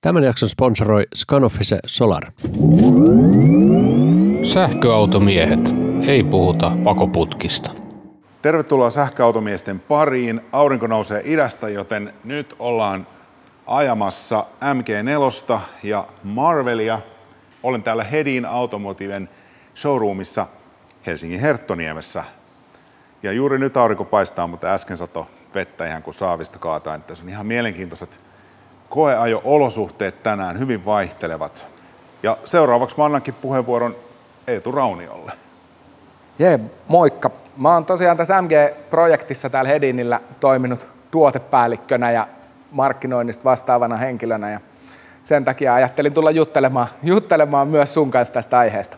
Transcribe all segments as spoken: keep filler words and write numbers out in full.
Tämän jakson sponsoroi Scanoffice Solar. Sähköautomiehet. Ei puhuta pakoputkista. Tervetuloa sähköautomiesten pariin. Aurinko nousee idästä, joten nyt ollaan ajamassa M G neljä ja Marvelia. Olen täällä Hedin Automotiven showroomissa Helsingin Herttoniemessä. Ja juuri nyt aurinko paistaa, mutta äsken sato vettä ihan kuin saavista kaatain. Tässä on ihan mielenkiintoiset koeajo-olosuhteet tänään, hyvin vaihtelevat. Ja seuraavaksi mä annankin puheenvuoron Eetu Rauniolle. Jee, moikka. Mä oon tosiaan tässä M G-projektissa täällä Hedinillä toiminut tuotepäällikkönä ja markkinoinnista vastaavana henkilönä. Ja sen takia ajattelin tulla juttelemaan, juttelemaan myös sun kanssa tästä aiheesta.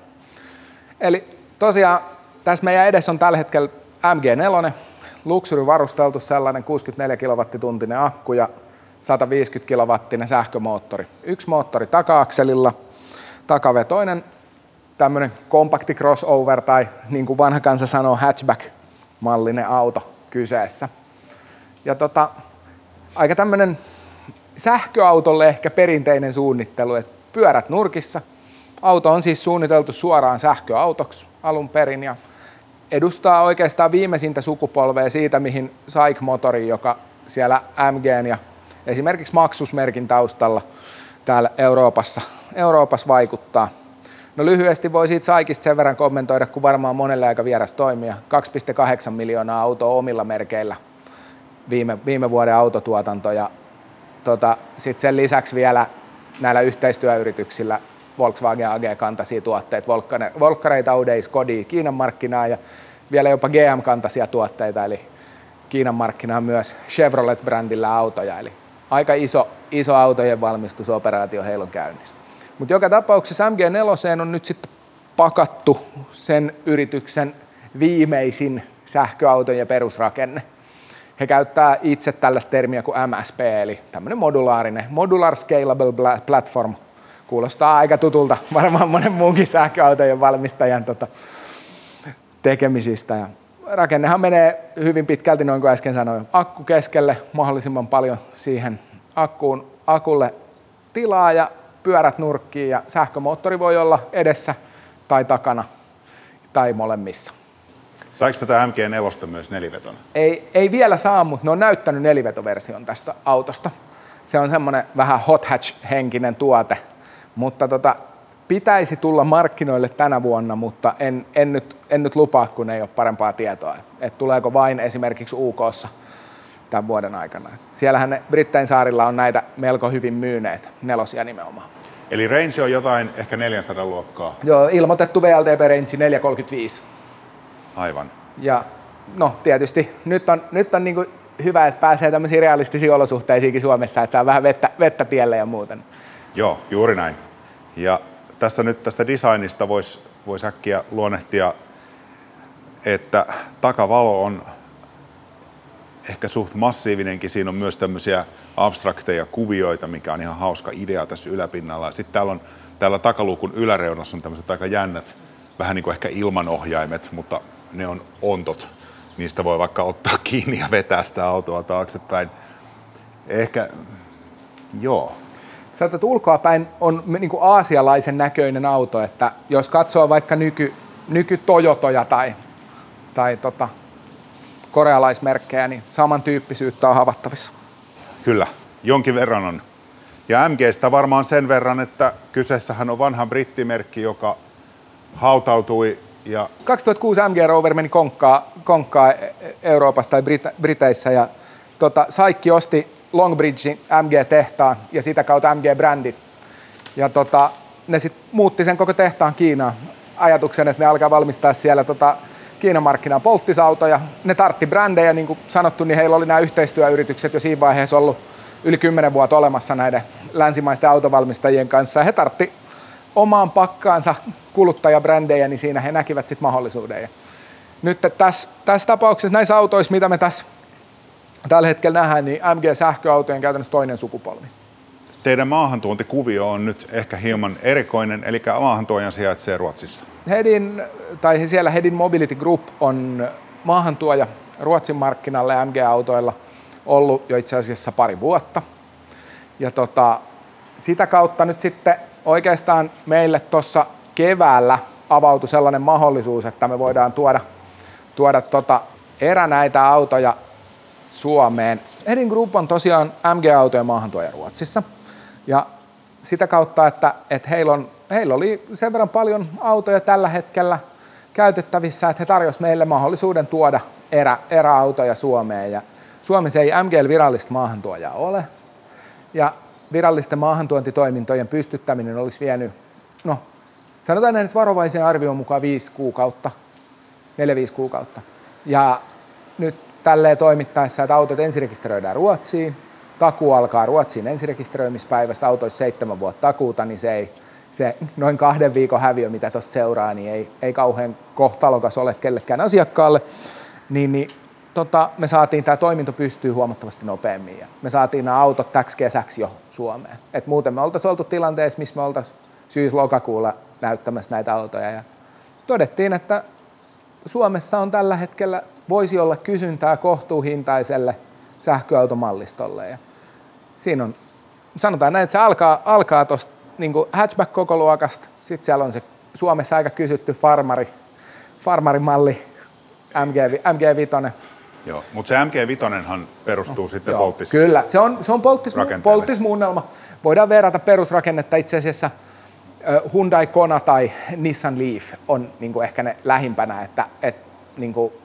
Eli tosiaan tässä meidän edessä on tällä hetkellä M G neljä, luxury varusteltu sellainen kuusikymmentäneljä kilowattituntinen akku ja sata viisikymmentä kilowattinen sähkömoottori. Yksi moottori taka-akselilla, takavetoinen tämmöinen kompakti crossover tai niin kuin vanha kansa sanoo hatchback-mallinen auto kyseessä. Ja tota, aika tämmöinen sähköautolle ehkä perinteinen suunnittelu, että pyörät nurkissa. Auto on siis suunniteltu suoraan sähköautoksi alun perin ja edustaa oikeastaan viimeisintä sukupolvea siitä, mihin S A I C-motori, joka siellä M G:n ja esimerkiksi Maxus-merkin taustalla täällä Euroopassa, Euroopassa vaikuttaa. No lyhyesti voi siitä S A I C:sta sen verran kommentoida, kun varmaan monelle aika vieras toimija. kaksi pilkku kahdeksan miljoonaa autoa omilla merkeillä viime, viime vuoden autotuotanto ja tota, sitten sen lisäksi vielä näillä yhteistyöyrityksillä Volkswagen A G-kantaisia tuotteita, Volkkareita, Audi, Skodia Kiinan markkinaa ja vielä jopa G M-kantaisia tuotteita, eli Kiinan markkinaan myös Chevrolet-brändillä autoja, eli aika iso, iso autojen valmistusoperaatio heillä on käynnissä. Mutta joka tapauksessa M G neljä on nyt sitten pakattu sen yrityksen viimeisin sähköautojen perusrakenne. He käyttää itse tällaista termiä kuin M S P, eli tämmöinen modulaarinen, Modular Scalable Platform. Kuulostaa aika tutulta varmaan monen muunkin sähköautojen valmistajan tota, tekemisistä. Ja rakennehan menee hyvin pitkälti, noin kuin äsken sanoin, akku keskelle, mahdollisimman paljon siihen akkuun, akulle tilaa ja pyörät nurkkiin ja sähkömoottori voi olla edessä tai takana tai molemmissa. Saiko tätä M G neljä myös nelivetona? Ei, ei vielä saa, mutta ne on näyttänyt nelivetoversion tästä autosta. Se on semmoinen vähän hot hatch-henkinen tuote, mutta tota, pitäisi tulla markkinoille tänä vuonna, mutta en, en, nyt, en nyt lupaa, kun ei ole parempaa tietoa, että tuleeko vain esimerkiksi U K:ssa tämän vuoden aikana. Siellähän ne Brittein saarilla on näitä melko hyvin myyneet, nelosia nimenomaan. Eli range on jotain ehkä neljäsataa luokkaa? Joo, ilmoitettu V L T P-range neljä kolmekymmentäviisi. Aivan. Ja no tietysti nyt on, nyt on niin kuin hyvä, että pääsee tämmöisiin realistisiin olosuhteisiinkin Suomessa, että saa vähän vettä, vettä tielle ja muuten. Joo, juuri näin. Ja tässä nyt tästä designista voisi vois äkkiä luonnehtia, että takavalo on ehkä suht massiivinenkin. Siinä on myös tämmöisiä abstrakteja kuvioita, mikä on ihan hauska idea tässä yläpinnalla. Sitten täällä on täällä takaluukun yläreunassa on tämmöiset aika jännät, vähän niin kuin ehkä ilmanohjaimet, mutta ne on ontot. Niistä voi vaikka ottaa kiinni ja vetää sitä autoa taaksepäin. Ehkä, joo. Sä otat ulkoapäin on niin kuin aasialaisen näköinen auto, että jos katsoo vaikka nyky, nyky Toyotoja tai, tai tota, korealaismerkkejä, niin samantyyppisyyttä on havattavissa. Kyllä, jonkin verran on. Ja M G:stä varmaan sen verran, että kyseessähän on vanha brittimerkki, joka hautautui. Ja kaksituhattakuusi M G Rover meni konkkaa, konkkaa Euroopassa tai Brit- Briteissä ja tota, S A I C osti Longbridgein M G-tehtaan ja sitä kautta M G-brändit. Ja tota, ne sitten muutti sen koko tehtaan Kiinaan ajatuksen, että ne alkaa valmistaa siellä tota, Kiinan markkinaan polttisautoja. Ne tartti brändejä, niin kuin sanottu, niin heillä oli nämä yhteistyöyritykset jo siinä vaiheessa ollut yli kymmenen vuotta olemassa näiden länsimaisten autovalmistajien kanssa. Ja he tartti omaan pakkaansa kuluttajabrändejä, niin siinä he näkivät sitten mahdollisuuden. Ja nyt tässä, tässä tapauksessa näissä autoissa, mitä me tässä tällä hetkellä nähdään, niin M G-sähköautojen käytännössä toinen sukupolvi. Teidän maahantuontikuvio on nyt ehkä hieman erikoinen, eli maahantuojan sijaitsee Ruotsissa. Hedin, tai siellä Hedin Mobility Group on maahantuoja Ruotsin markkinalle M G-autoilla ollut jo itse asiassa pari vuotta. Ja tota, sitä kautta nyt sitten oikeastaan meille tuossa keväällä avautui sellainen mahdollisuus, että me voidaan tuoda, tuoda tota erä näitä autoja Suomeen. Hedin Group on tosiaan M G-autojen maahantuoja Ruotsissa. Ja sitä kautta, että, että heillä, on, heillä oli sen verran paljon autoja tällä hetkellä käytettävissä, että he tarjosivat meille mahdollisuuden tuoda erä, eräautoja Suomeen. Ja Suomessa ei M G:llä virallista maahantuojaa ole. Ja virallisten maahantuontitoimintojen pystyttäminen olisi vienyt, no sanotaan näin, että varovaisen arvion mukaan viisi kuukautta, neljä viisi kuukautta. Ja nyt tälleen toimittaessa, että autot ensirekisteröidään Ruotsiin, takuu alkaa Ruotsiin ensirekisteröimispäivästä, autoissa seitsemän vuotta takuuta, niin se, ei, se noin kahden viikon häviö, mitä tuosta seuraa, niin ei, ei kauhean kohtalokas ole kellekään asiakkaalle. Niin, niin tota, me saatiin tämä toiminto pystyyn huomattavasti nopeammin ja me saatiin nämä autot täksi kesäksi jo Suomeen. Et muuten me oltaisiin oltu tilanteessa, missä me oltaisiin syys-lokakuulla näyttämässä näitä autoja ja todettiin, että Suomessa on tällä hetkellä, voisi olla kysyntää kohtuuhintaiselle sähköautomallistolle. Ja siinä on, sanotaan näin, että se alkaa, alkaa tuosta niin hatchback-kokoluokasta, sitten siellä on se Suomessa aika kysytty farmari, farmarimalli M G, M G viisi. Joo, mutta se M G viisi perustuu no, sitten joo, polttis. Kyllä, se on, se on polttis, polttismuunnelma. Voidaan verrata perusrakennetta itse asiassa Hyundai Kona tai Nissan Leaf on niin kuin ehkä ne lähimpänä, että et, niin kuin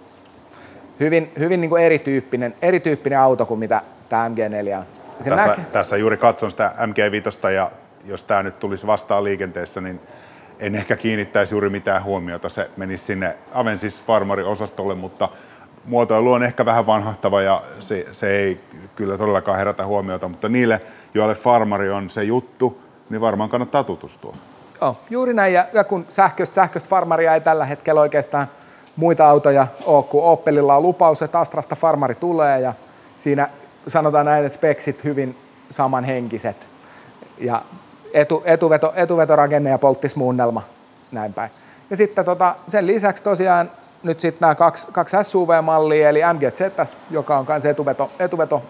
hyvin, hyvin niin kuin erityyppinen, erityyppinen auto kuin mitä tämä M G neljä on. Tässä, tässä juuri katson sitä M G viisi ja jos tämä nyt tulisi vastaan liikenteessä, niin en ehkä kiinnittäisi juuri mitään huomiota. Se menisi sinne Avensis Farmari-osastolle, mutta muotoilu on ehkä vähän vanhahtava ja se, se ei kyllä todellakaan herätä huomiota, mutta niille, joille Farmari on se juttu, niin varmaan kannattaa tutustua. Oh, juuri näin, ja, ja kun sähköistä, sähköistä Farmaria ei tällä hetkellä oikeastaan muita autoja ole, kun Opelilla on lupaus, että Astrasta Farmari tulee, ja siinä sanotaan näin, että speksit hyvin samanhenkiset, ja etu, etuveto, etuvetorakenne ja polttismuunnelma, näin päin. Ja sitten tota, sen lisäksi tosiaan nyt sitten nämä kaksi, kaksi S U V-mallia, eli M G Z, joka on myös etuveto, etuveto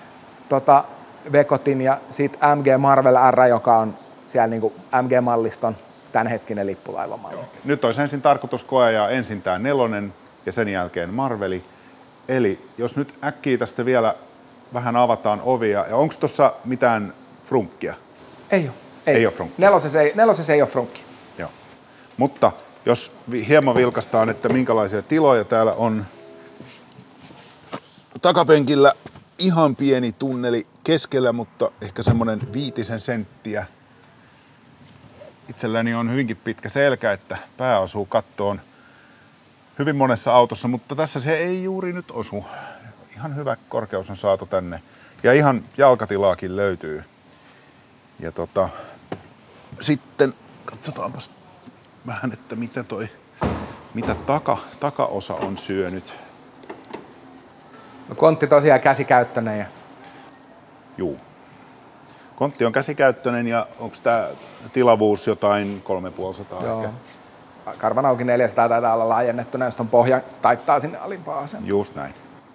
tota, Vekotin ja sitten M G Marvel R, joka on siellä niin M G-malliston tämänhetkinen lippulaivamalli. Joo. Nyt olisi ensin tarkoitus koeajaa ensin tämä nelonen ja sen jälkeen Marveli. Eli jos nyt äkkiä tästä vielä vähän avataan ovia, ja onko tuossa mitään frunkkia? Ei ole. Ei, ei ole frunkkia. Nelosessa ei, nelosessa ei ole frunkkia. Joo. Mutta jos hieman vilkaistaan, että minkälaisia tiloja täällä on. Takapenkillä ihan pieni tunneli keskellä, mutta ehkä semmoinen viitisen senttiä. Itselläni on hyvinkin pitkä selkä, että pää osuu kattoon hyvin monessa autossa, mutta tässä se ei juuri nyt osu. Ihan hyvä korkeus on saatu tänne ja ihan jalkatilaakin löytyy. Ja tota, sitten katsotaanpas vähän, että mitä toi, mitä taka, takaosa on syönyt. No, kontti tosiaan käsikäyttöinen. Ja... Juu. Kontti on käsikäyttöinen ja onko tämä tilavuus jotain kolmetuhattaviisisataa Joo. ehkä? Karvan auki neljäsataa taitaa olla laajennettuna, jos ton pohjan taittaa sinne alimpaan asemaan. Just näin.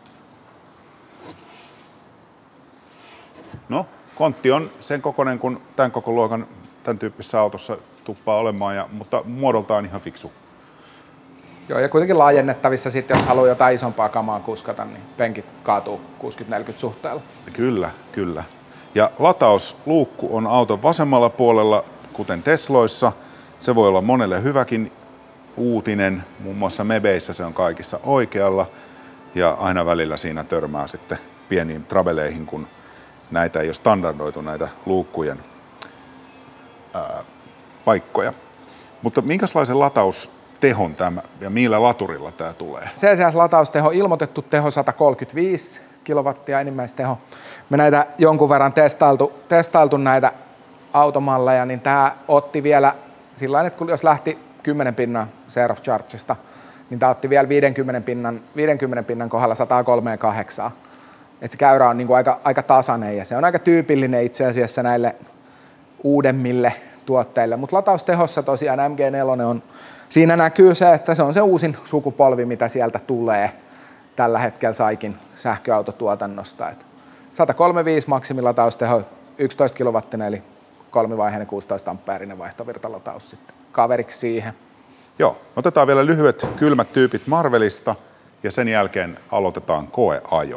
No, kontti on sen kokoinen kuin tämän koko luokan tämän tyyppisessä autossa tuppaa olemaan, ja, mutta muodoltaan ihan fiksu. Joo, ja kuitenkin laajennettavissa sitten, jos haluaa jotain isompaa kamaa kuskata, niin penkit kaatuu kuusikymmentä neljäkymmentä suhteella. Kyllä, kyllä. Ja latausluukku on auton vasemmalla puolella, kuten Tesloissa. Se voi olla monelle hyväkin uutinen, muun muassa Mebeissä se on kaikissa oikealla. Ja aina välillä siinä törmää sitten pieniin trabeleihin, kun näitä ei ole standardoitu, näitä luukkujen ää, paikkoja. Mutta minkälaisen lataustehon tämä ja millä laturilla tämä tulee? C C S-latausteho, ilmoitettu teho sata kolmekymmentäviisi kilowattia enimmäisteho. Me näitä jonkun verran testailtu, testailtu näitä automalleja, niin tämä otti vielä sillä tavalla, että jos lähti kymmenen pinnan Zero of Chargesta, niin tämä otti vielä viidenkymmenen pinnan, viidenkymmenen pinnan kohdalla sata kolmekymmentäkahdeksan. Et se käyrä on niinku aika, aika tasainen ja se on aika tyypillinen itse asiassa näille uudemmille tuotteille. Mutta lataustehossa tosiaan M G neljä on, siinä näkyy se, että se on se uusin sukupolvi, mitä sieltä tulee tällä hetkellä Saikin sähköautotuotannosta. Et sata kolmekymmentäviisi maksimillatausteho, yksitoista kilowattinen eli kolmivaiheinen kuusitoista ampeerinen vaihtovirtalataus sitten kaveriksi siihen. Joo, otetaan vielä lyhyet kylmät tyypit Marvelista ja sen jälkeen aloitetaan koeajo.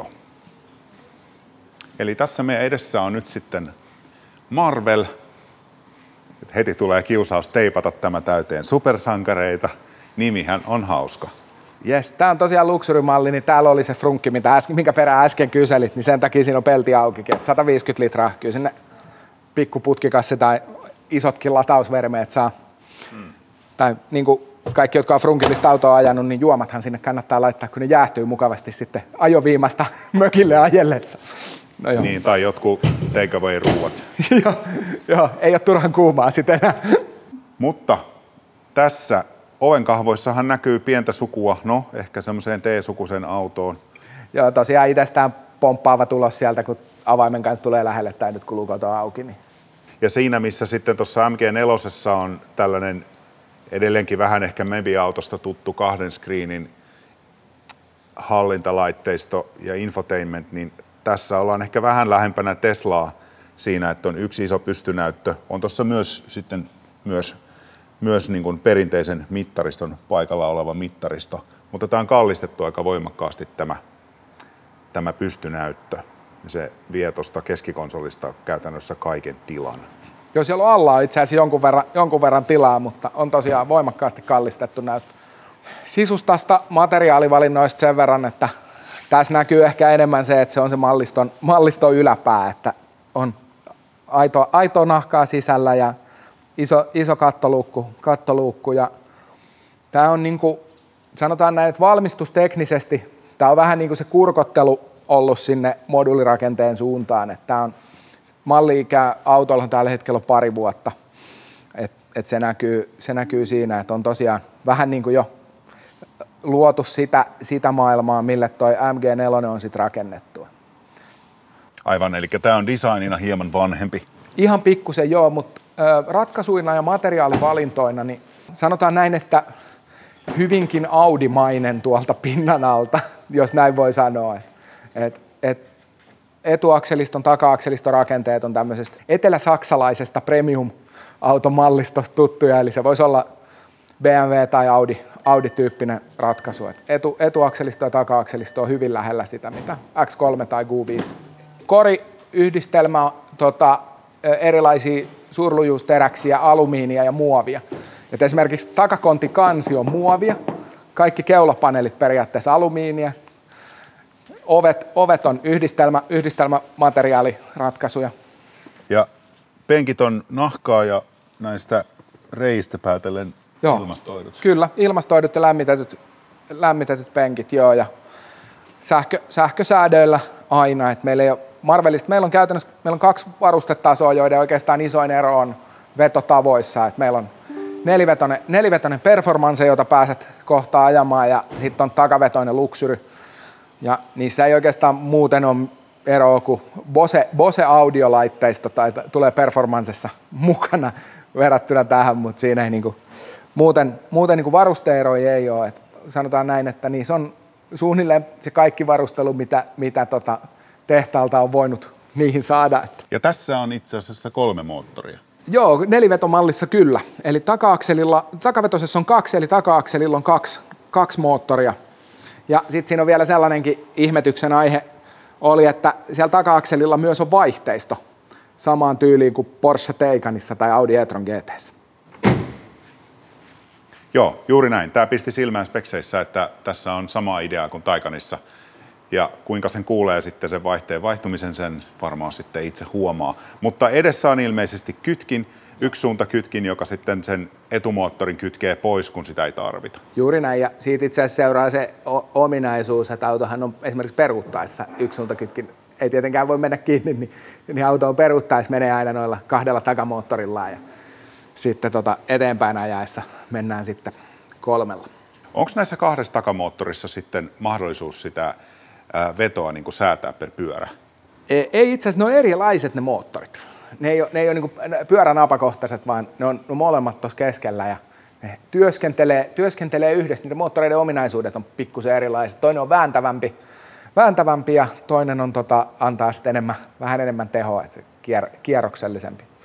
Eli tässä meidän edessä on nyt sitten Marvel. Heti tulee kiusaus teipata tämä täyteen supersankareita. Nimihän on hauska. Jes, tää on tosiaan luxurimalli, niin täällä oli se frunkki, mitä äsken, minkä perään äsken kyselit, niin sen takia siinä on pelti aukikin, että sata viisikymmentä litraa, kyllä sinne pikku putkikassi tai isotkin latausvermeet saa. Hmm. Tai niin kuin kaikki, jotka on frunkillista autoa ajanut, niin juomathan sinne kannattaa laittaa, kun ne jäähtyy mukavasti sitten ajoviimasta mökille ajellessa. No joo. Niin, tai jotkut takeaway-ruuat. joo, joo, ei ole turhan kuumaa sitten enää. Mutta tässä ovenkahvoissahan näkyy pientä sukua, no ehkä semmoiseen T-sukuisen autoon. Joo, tosiaan itsestään pomppaava tulos sieltä, kun avaimen kanssa tulee lähelle tai nyt kuluu kotoa auki. Niin. Ja siinä, missä sitten tuossa M G neljä on tällainen edelleenkin vähän ehkä Mebi-autosta tuttu kahden screenin hallintalaitteisto ja infotainment, niin tässä ollaan ehkä vähän lähempänä Teslaa siinä, että on yksi iso pystynäyttö. On tuossa myös sitten myös, myös niin kuin perinteisen mittariston paikalla oleva mittaristo, mutta tämä on kallistettu aika voimakkaasti tämä, tämä pystynäyttö. Se vie tuosta keskikonsolista käytännössä kaiken tilan. Joo, siellä on alla itse asiassa jonkun verran, jonkun verran tilaa, mutta on tosiaan voimakkaasti kallistettu näyttö. Sisustasta materiaalivalinnoista sen verran, että tässä näkyy ehkä enemmän se, että se on se malliston, malliston yläpää, että on aito, aitoa nahkaa sisällä ja iso, iso kattoluukku, kattoluukku. Ja tämä on niin kuin, sanotaan näin, että valmistusteknisesti tämä on vähän niin kuin se kurkottelu ollut sinne moduulirakenteen suuntaan, että tämä on malli-ikä autolla tällä hetkellä on pari vuotta, että et se, näkyy, se näkyy siinä, että on tosiaan vähän niin kuin jo luotu sitä, sitä maailmaa, mille toi M G neljä on sitten rakennettu. Aivan, eli tämä on designina hieman vanhempi. Ihan pikkusen joo, mutta ö, ratkaisuina ja materiaalivalintoina, niin sanotaan näin, että hyvinkin Audi-mainen tuolta pinnan alta, jos näin voi sanoa. Et, et etuakseliston, taka-akseliston rakenteet on tämmöisestä etelä-saksalaisesta premium-automallistosta tuttuja, eli se voisi olla B M W tai Audi, Audi-tyyppinen ratkaisu. Et etu, etuakselisto ja taka-akselisto on hyvin lähellä sitä, mitä X kolme tai Q viisi. Kori-yhdistelmä, tota, erilaisia suurlujuusteräksiä, alumiinia ja muovia. Et esimerkiksi takakontin kansi on muovia, kaikki keulapaneelit periaatteessa alumiinia, ovet, ovet on yhdistelmä, yhdistelmämateriaaliratkaisuja. Ja penkit on nahkaa ja näistä reistä päätellen joo, ilmastoidut. Kyllä, ilmastoidut ja lämmitetyt, lämmitetyt penkit, joo, ja sähkö, sähkösäädöillä aina. Et meillä ei ole Marvelista, meillä on käytännössä meillä on kaksi varustetasoa, joiden oikeastaan isoin ero on vetotavoissa. Et meillä on nelivetoinen, nelivetoinen performance, jota pääset kohta ajamaan, ja sitten on takavetoinen luxury. Ja niissä ei oikeastaan muuten ole eroa, kun Bose, Bose audiolaitteisto tai tulee performancessa mukana verrattuna tähän, mutta siinä ei niinku, muuten, muuten niinku varuste-eroja ei ole. Et sanotaan näin, että niissä on suunnilleen se kaikki varustelu, mitä, mitä tota tehtaalta on voinut niihin saada. Ja tässä on itse asiassa kolme moottoria. Joo, nelivetomallissa kyllä. Eli taka-akselilla, takavetosessa on kaksi, eli taka-akselilla on kaksi, kaksi moottoria. Ja sitten siinä on vielä sellainenkin ihmetyksen aihe oli, että siellä taka-akselilla myös on vaihteisto samaan tyyliin kuin Porsche Taycanissa tai Audi e-tron G T:ssä. Joo, juuri näin. Tämä pisti silmään spekseissä, että tässä on sama idea kuin Taycanissa. Ja kuinka sen kuulee sitten sen vaihteen vaihtumisen, sen varmaan sitten itse huomaa. Mutta edessä on ilmeisesti kytkin, yksisuuntakytkin, joka sitten sen etumoottorin kytkee pois, kun sitä ei tarvita. Juuri näin, ja siitä itse asiassa seuraa se ominaisuus, että autohan on esimerkiksi peruuttaessa yksisuuntakytkin, ei tietenkään voi mennä kiinni, niin, niin auto on peruuttaessa, menee aina noilla kahdella takamoottorillaan, ja sitten tota eteenpäin ajaessa mennään sitten kolmella. Onko näissä kahdessa takamoottorissa sitten mahdollisuus sitä vetoa niin kuin säätää per pyörä? Ei, ei itse asiassa, ne on erilaiset ne moottorit. Ne ei ole, ne ei ole niin kuin pyöränapakohtaiset, vaan ne on, ne on molemmat tuossa keskellä ja ne työskentelee, työskentelee yhdessä. Niiden moottoreiden ominaisuudet on pikkusen erilaiset. Toinen on vääntävämpi, vääntävämpi ja toinen on, tota, antaa sitten enemmän, vähän enemmän tehoa, että se kier, kierroksellisempi.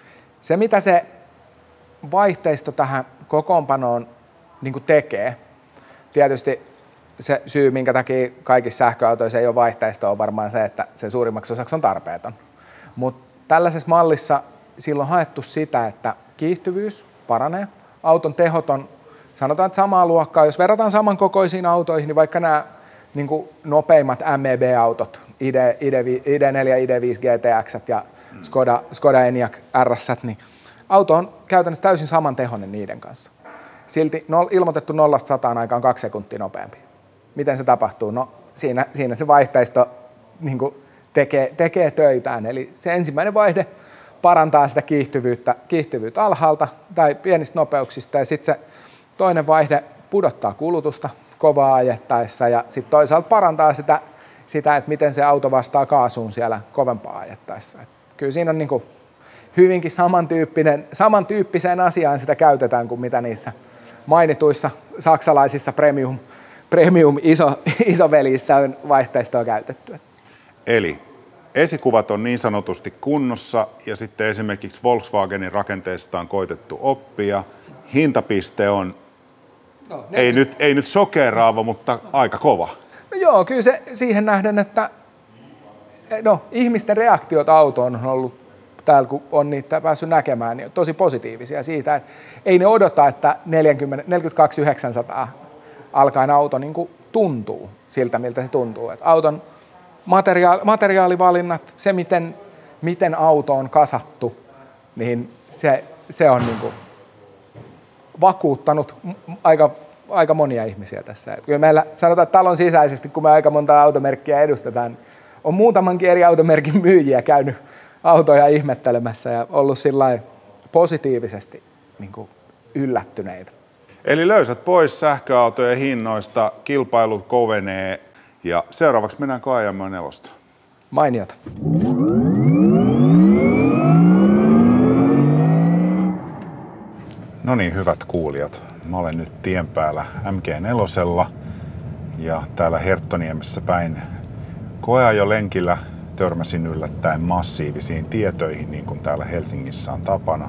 Se, mitä se vaihteisto tähän kokoonpanoon niin kuin tekee, tietysti se syy, minkä takia kaikissa sähköautoissa ei ole vaihteistoa, on varmaan se, että se suurimmaksi osaksi on tarpeeton. Mutta tällaisessa mallissa silloin on haettu sitä, että kiihtyvyys paranee, auton tehot on, sanotaan, että samaa luokkaa. Jos verrataan samankokoisiin autoihin, niin vaikka nämä niin kuin nopeimmat M E B-autot, I D, I D neljä, I D viisi G T X ja Skoda, Skoda Enyaq R S, niin auto on käytännössä täysin samantehoinen niiden kanssa. Silti no, ilmoitettu nollasta sataan aikaan kaksi sekuntia nopeampi. Miten se tapahtuu? No siinä, siinä se vaihteisto niin kuin tekee, tekee töitään. Eli se ensimmäinen vaihde parantaa sitä kiihtyvyyttä, kiihtyvyyttä alhaalta tai pienistä nopeuksista, ja sitten se toinen vaihde pudottaa kulutusta kovaa ajettaessa, ja sitten toisaalta parantaa sitä, sitä, että miten se auto vastaa kaasuun siellä kovempaa ajettaessa. Et kyllä siinä on niin kuin hyvinkin samantyyppinen, samantyyppiseen asiaan sitä käytetään kuin mitä niissä mainituissa saksalaisissa premium, premium iso, isovelissä on vaihteistoa käytetty. Eli esikuvat on niin sanotusti kunnossa ja sitten esimerkiksi Volkswagenin rakenteesta on koitettu oppia. Hintapiste on no, ei, nyt, ei nyt sokeraava, mutta aika kova. No joo, kyllä se siihen nähden, että no, ihmisten reaktiot autoon on ollut täällä, kun on niitä päässyt näkemään, niin on tosi positiivisia siitä, että ei ne odota, että neljäkymmentäkaksi yhdeksänsataa alkaen auto niin kuin tuntuu siltä, miltä se tuntuu. Että auton materiaali, materiaalivalinnat, se miten, miten auto on kasattu, niin se, se on niin kuin vakuuttanut aika, aika monia ihmisiä tässä. Kyllä meillä sanotaan, että talon sisäisesti, kun me aika monta automerkkiä edustetaan, on muutamankin eri automerkin myyjiä käynyt autoja ihmettelemässä ja ollut sillä positiivisesti niin kuin yllättyneitä. Eli löysät pois sähköautojen hinnoista, kilpailu kovenee ja seuraavaksi mennään ajamaan nelosta. Mainiota. No niin, hyvät kuulijat. Mä olen nyt tien päällä M G neljä ja täällä Herttoniemessä päin koeajolenkillä törmäsin yllättäen massiivisiin tietöihin, niin kuin täällä Helsingissä on tapana.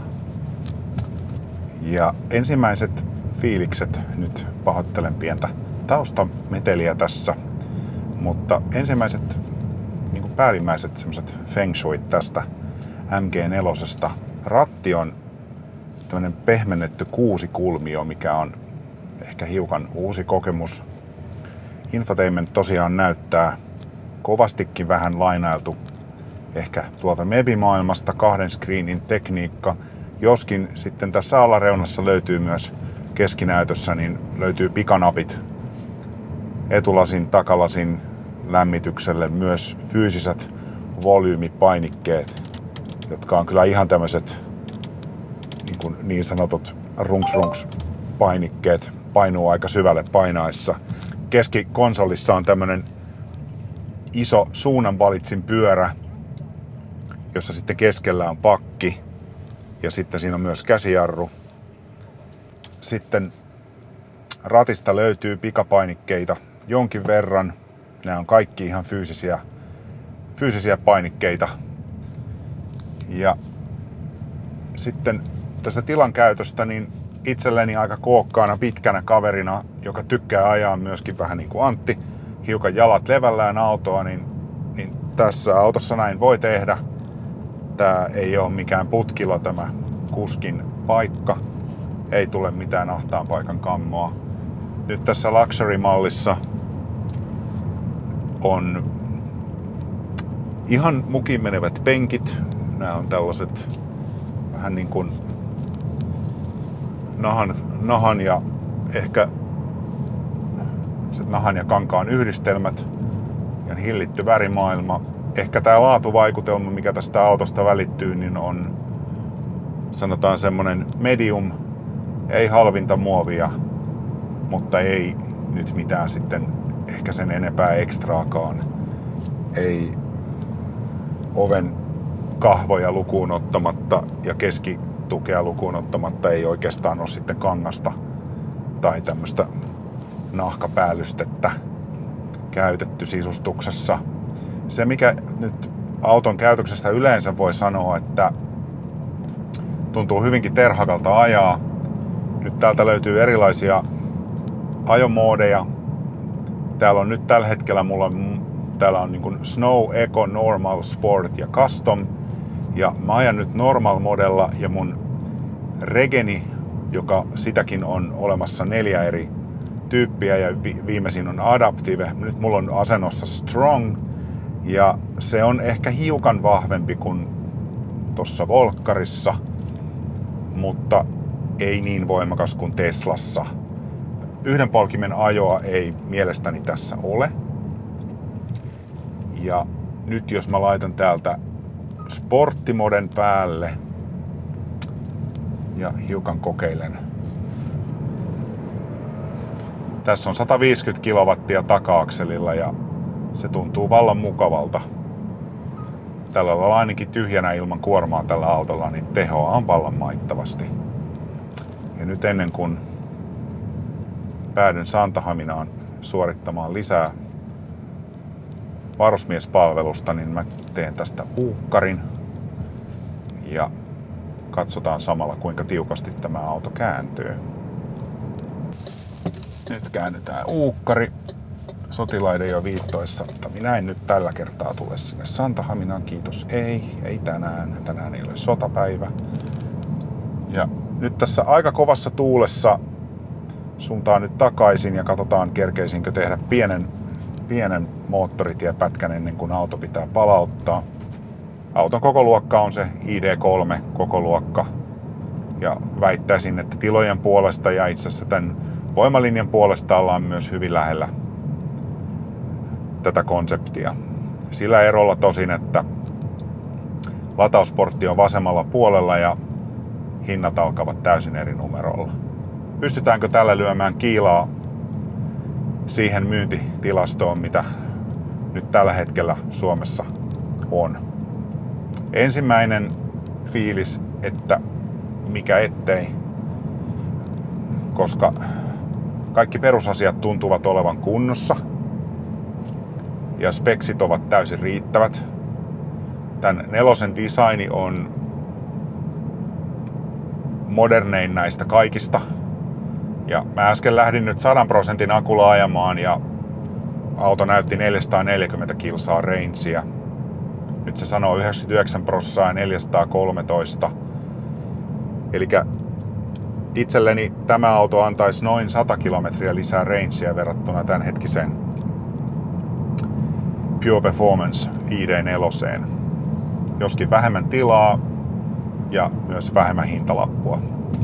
Ja ensimmäiset fiilikset, nyt pahoittelen pientä taustameteliä tässä, mutta ensimmäiset niin kuin päällimmäiset semmoiset feng shuit tästä M G neljä. Ratti on tämmöinen pehmennetty kuusikulmio, mikä on ehkä hiukan uusi kokemus. Infotainment tosiaan näyttää kovastikin vähän lainailtu ehkä tuolta Mebi-maailmasta, kahden screenin tekniikka, joskin sitten tässä alareunassa löytyy myös keskinäytössä, niin löytyy pikanapit etulasin, takalasin lämmitykselle, myös fyysiset volyymipainikkeet, jotka on kyllä ihan tämmöiset niin, kuin niin sanotut runks-runks painikkeet, painuu aika syvälle painaessa. Keskikonsolissa on tämmöinen iso suunnanvalitsin pyörä, jossa sitten keskellä on pakki ja sitten siinä on myös käsijarru. Sitten ratista löytyy pikapainikkeita jonkin verran. Nämä on kaikki ihan fyysisiä, fyysisiä painikkeita. Ja sitten tästä tilan käytöstä, niin itselleni aika kookkaana, pitkänä kaverina, joka tykkää ajaa myöskin vähän niin kuin Antti, hiukan jalat levällään autoa, niin, niin tässä autossa näin voi tehdä. Tää ei ole mikään putkilo tämä kuskin paikka. Ei tule mitään ahtaan paikan kammoa. Nyt tässä Luxury-mallissa on ihan mukiin menevät penkit. Nämä on tällaiset vähän niin kuin nahan, nahan ja ehkä nahan ja kankaan yhdistelmät ja hillitty värimaailma. Ehkä tämä laatuvaikutelma, mikä tästä autosta välittyy, niin on sanotaan semmonen medium, ei halvinta muovia, mutta ei nyt mitään sitten ehkä sen enempää ekstraakaan. Ei oven kahvoja lukuun ottamatta ja keskitukea lukuun ottamatta ei oikeastaan ole sitten kangasta tai tämmöistä nahkapäälystettä käytetty sisustuksessa. Se mikä nyt auton käytöksestä yleensä voi sanoa, että tuntuu hyvinkin terhakalta ajaa. Nyt täältä löytyy erilaisia ajomoodeja. Täällä on nyt tällä hetkellä mulla on, täällä on niin kuin Snow, Eco, Normal, Sport ja Custom. Ja mä ajan nyt Normal modella ja mun Regeni, joka sitäkin on olemassa neljä eri tyyppiä ja vi- viimeisin on Adaptive. Nyt mulla on asennossa Strong ja se on ehkä hiukan vahvempi kuin tuossa Volkkarissa, mutta ei niin voimakas kuin Teslassa. Yhden polkimen ajoa ei mielestäni tässä ole. Ja nyt jos mä laitan täältä sporttimoden päälle ja hiukan kokeilen. Tässä on sata viisikymmentä kilowattia taka-akselilla ja se tuntuu vallan mukavalta. Tällä lailla ainakin tyhjänä ilman kuormaa tällä autolla, niin tehoa on vallan maittavasti. Ja nyt ennen kuin päädyn Santahaminaan suorittamaan lisää varusmiespalvelusta, niin mä teen tästä uukkarin ja katsotaan samalla kuinka tiukasti tämä auto kääntyy. Nyt käännetään uukkari. Sotilaiden jo viittoissa, mutta minä en nyt tällä kertaa tule sinne Santahaminaan, kiitos ei, ei tänään, tänään ei ole sotapäivä. Ja nyt tässä aika kovassa tuulessa suuntaan nyt takaisin ja katsotaan kerkeisinkö tehdä pienen, pienen moottoritiepätkän ennen kuin auto pitää palauttaa. Auton kokoluokka on se I D kolme kokoluokka ja väittäisin, että tilojen puolesta ja itse asiassa tämän voimalinjan puolesta ollaan myös hyvin lähellä tätä konseptia. Sillä erolla tosin, että latausportti on vasemmalla puolella ja hinnat alkavat täysin eri numerolla. Pystytäänkö tällä lyömään kiilaa siihen myyntitilastoon, mitä nyt tällä hetkellä Suomessa on? Ensimmäinen fiilis, että mikä ettei, koska kaikki perusasiat tuntuvat olevan kunnossa ja speksit ovat täysin riittävät. Tän nelosen designi on modernein näistä kaikista. Ja mä äsken lähdin nyt sadan prosentin akulla ajamaan ja auto näytti neljäsataaneljäkymmentä kilsaa rangea. Nyt se sanoo yhdeksänkymmentäyhdeksän prosenttia ja neljäsataakolmetoista. Elikkä itselleni tämä auto antaisi noin sata kilometriä lisää rangea verrattuna tämänhetkiseen Pure Performance I D neljä. Joskin vähemmän tilaa ja myös vähemmän hintalappua.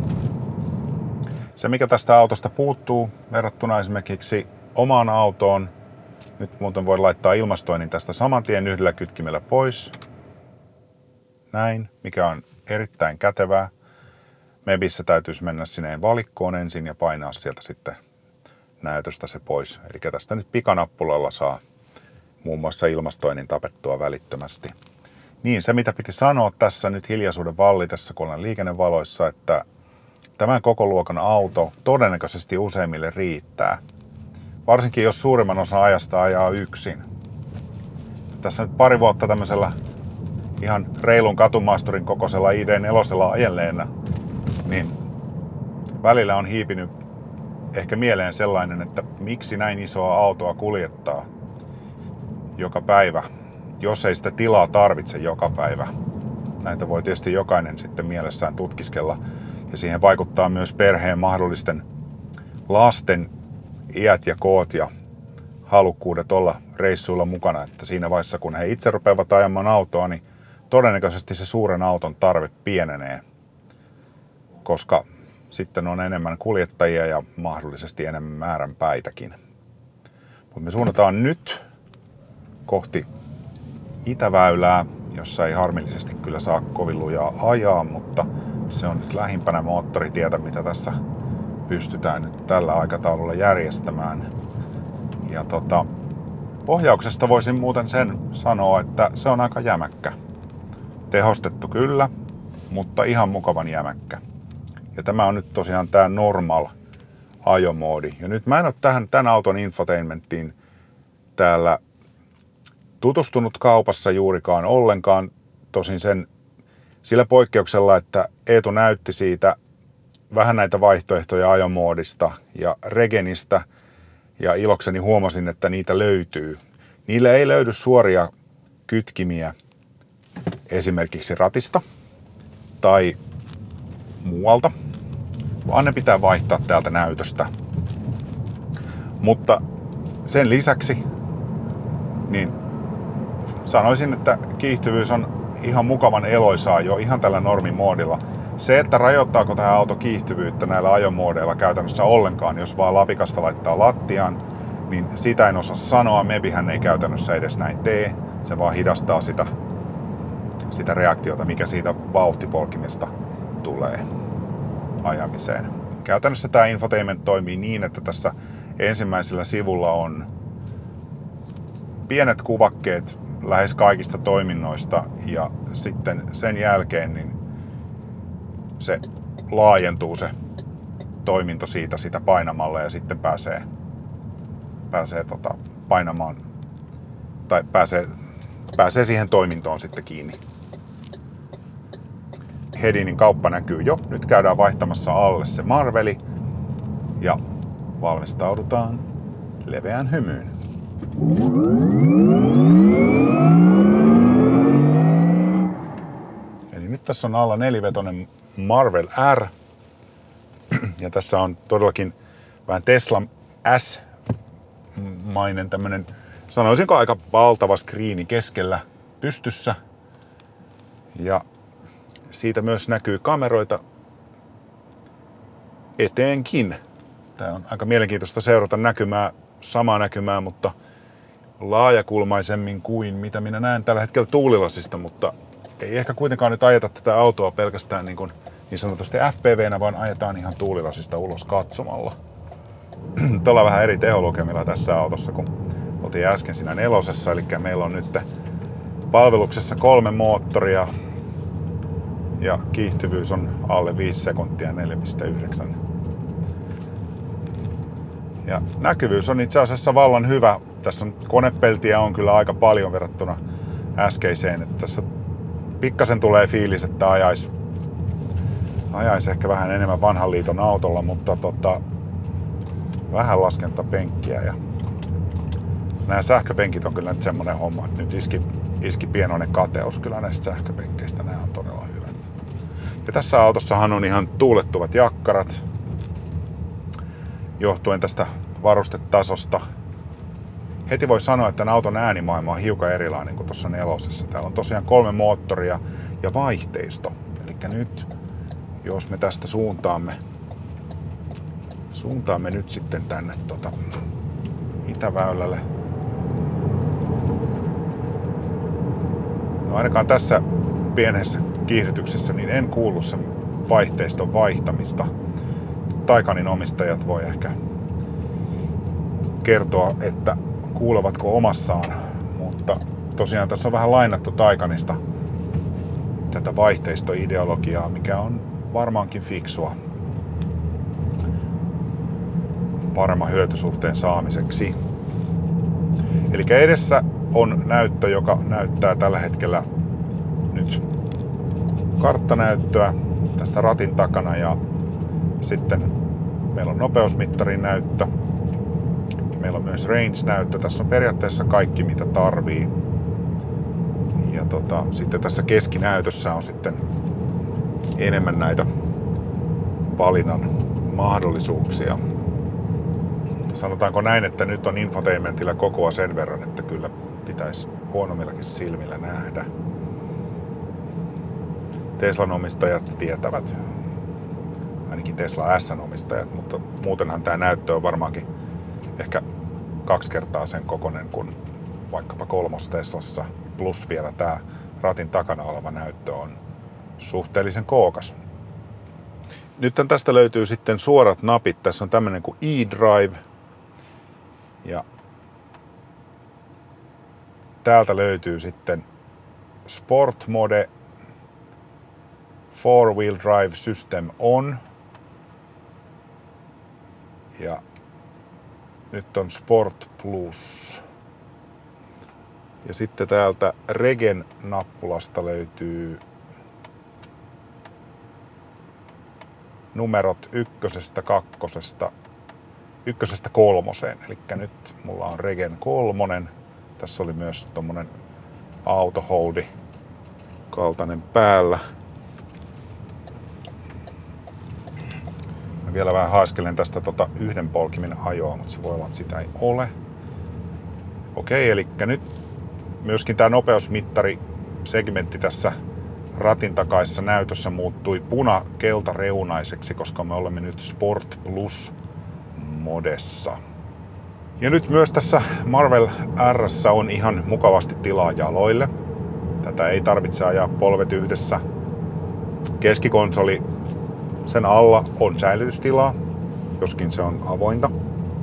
Se mikä tästä autosta puuttuu verrattuna esimerkiksi omaan autoon, nyt muuten voi laittaa ilmastoinnin tästä saman tien yhdellä kytkimellä pois. Näin, mikä on erittäin kätevää. Mebissä täytyisi mennä sinne valikkoon ensin ja painaa sieltä sitten näytöstä se pois. Eli tästä nyt pikanappulalla saa muun muassa ilmastoinnin tapettua välittömästi. Niin, se mitä piti sanoa tässä nyt hiljaisuuden vallitessa, kun olen liikennevaloissa, että tämän koko luokan auto todennäköisesti useimmille riittää. Varsinkin jos suurimman osa ajasta ajaa yksin. Tässä nyt pari vuotta tämmöisellä ihan reilun katumaasturin kokoisella I D neljä ajelleena, niin välillä on hiipinyt ehkä mieleen sellainen, että miksi näin isoa autoa kuljettaa joka päivä, jos ei sitä tilaa tarvitse joka päivä. Näitä voi tietysti jokainen sitten mielessään tutkiskella. Ja siihen vaikuttaa myös perheen mahdollisten lasten iät ja koot ja halukkuudet olla reissuilla mukana. Että siinä vaiheessa, kun he itse rupeavat ajamaan autoa, niin todennäköisesti se suuren auton tarve pienenee. Koska sitten on enemmän kuljettajia ja mahdollisesti enemmän määränpäitäkin. Mutta me suunnataan nyt kohti itäväylää, jossa ei harmillisesti kyllä saa kovin lujaa ajaa, mutta se on nyt lähimpänä moottoritietä, mitä tässä pystytään nyt tällä aikataululla järjestämään. Ja tota, ohjauksesta voisin muuten sen sanoa, että se on aika jämäkkä. Tehostettu kyllä, mutta ihan mukavan jämäkkä. Ja tämä on nyt tosiaan tämä normal ajomoodi. Ja nyt mä en ole tähän tämän auton infotainmenttiin täällä tutustunut kaupassa juurikaan ollenkaan. Tosin sen Sillä poikkeuksella, että Eetu näytti siitä vähän näitä vaihtoehtoja ajomoodista ja regenistä, ja ilokseni huomasin, että niitä löytyy. Niillä ei löydy suoria kytkimiä esimerkiksi ratista tai muualta, vaan ne pitää vaihtaa täältä näytöstä. Mutta sen lisäksi niin sanoisin, että kiihtyvyys on ihan mukavan eloisaa jo ihan tällä normimoodilla. Se, että rajoittaako tämä auto kiihtyvyyttä näillä ajomoodeilla käytännössä ollenkaan, jos vaan lapikasta laittaa lattiaan, niin sitä en osaa sanoa. Mebihän ei käytännössä edes näin tee. Se vaan hidastaa sitä, sitä reaktiota, mikä siitä vauhtipolkimesta tulee ajamiseen. Käytännössä tämä infotainment toimii niin, että tässä ensimmäisellä sivulla on pienet kuvakkeet lähes kaikista toiminnoista, ja sitten sen jälkeen niin se laajentuu se toiminto siitä sitä painamalla, ja sitten pääsee, pääsee tota, painamaan tai pääsee, pääsee siihen toimintoon sitten kiinni. Hedinin kauppa näkyy jo. Nyt käydään vaihtamassa alle se Marveli ja valmistaudutaan leveään hymyyn. Eli nyt tässä on alla nelivetoinen Marvel R. Ja tässä on todellakin vähän Tesla S-mainen tämmönen, sanoisinko aika valtava skriini keskellä pystyssä. Ja siitä myös näkyy kameroita eteenkin. Tää on aika mielenkiintoista seurata näkymää, samaa näkymää, mutta laajakulmaisemmin kuin mitä minä näen tällä hetkellä tuulilasista, mutta ei ehkä kuitenkaan nyt ajeta tätä autoa pelkästään niin, kuin, niin sanotusti F P V:nä, vaan ajetaan ihan tuulilasista ulos katsomalla. Tuolla vähän eri teholukemilla tässä autossa, kun oltiin äsken siinä nelosessa, eli meillä on nyt palveluksessa kolme moottoria ja kiihtyvyys on alle viisi sekuntia, neljä pilkku yhdeksän. Ja näkyvyys on itse asiassa vallan hyvä. Tässä on konepeltiä on kyllä aika paljon verrattuna äskeiseen. Että tässä pikkasen tulee fiilis, että ajaisi ajais ehkä vähän enemmän vanhan liiton autolla, mutta tota, vähän laskentapenkkiä. Ja nämä sähköpenkit on kyllä nyt semmoinen homma, että nyt iski, iski pienoinen kateus kyllä näistä sähköpenkkeistä. Nämä on todella hyvät. Ja tässä autossahan on ihan tuulettuvat jakkarat johtuen tästä varustetasosta. Heti voi sanoa, että tämän auton äänimaailma on hiukan erilainen kuin tuossa nelosessa. Täällä on tosiaan kolme moottoria ja vaihteisto. Eli nyt, jos me tästä suuntaamme, suuntaamme nyt sitten tänne tota, itäväylälle. No ainakaan tässä pienessä kiihdytyksessä niin en kuulu sen vaihteiston vaihtamista. Taycanin omistajat voi ehkä kertoa, että kuulevatko omassaan, mutta tosiaan tässä on vähän lainattu Taycanista tätä vaihteistoideologiaa, mikä on varmaankin fiksua paremman hyötysuhteen saamiseksi. Eli edessä on näyttö, joka näyttää tällä hetkellä nyt karttanäyttöä tässä ratin takana, ja sitten meillä on nopeusmittarin näyttö. Meillä on myös range-näyttö. Tässä on periaatteessa kaikki, mitä tarvii. Ja tota, sitten tässä keskinäytössä on sitten enemmän näitä valinnan mahdollisuuksia. Sanotaanko näin, että nyt on infotainmentilla kokoa sen verran, että kyllä pitäisi huonommillakin silmillä nähdä. Teslan omistajat tietävät, ainakin Tesla S:n omistajat, mutta muutenhan tämä näyttö on varmaankin ehkä kaksi kertaa sen kokoinen kuin vaikkapa kolmos Teslassa, plus vielä tämä ratin takana oleva näyttö on suhteellisen kookas. Nyt tästä löytyy sitten suorat napit. Tässä on tämmöinen kuin eDrive. Ja täältä löytyy sitten Sport Mode, Four Wheel Drive System On. Ja nyt on Sport Plus. Ja sitten täältä Regen nappulasta löytyy numerot ykkösestä, kakkosesta, ykkösestä kolmoseen. Eli nyt mulla on Regen kolmonen. Tässä oli myös tommonen autoholdi kaltainen päällä. Mä vielä vähän haiskelen tästä tota yhden polkimen ajoa, mutta se voi olla, että sitä ei ole. Okei, eli nyt myöskin tää nopeusmittari segmentti tässä ratin takaisessa näytössä muuttui puna-keltareunaiseksi, koska me olemme nyt Sport Plus modessa. Ja nyt myös tässä Marvel R:ssä on ihan mukavasti tilaa jaloille. Tätä ei tarvitse ajaa polvet yhdessä. Keskikonsoli, sen alla on säilytystilaa, joskin se on avointa.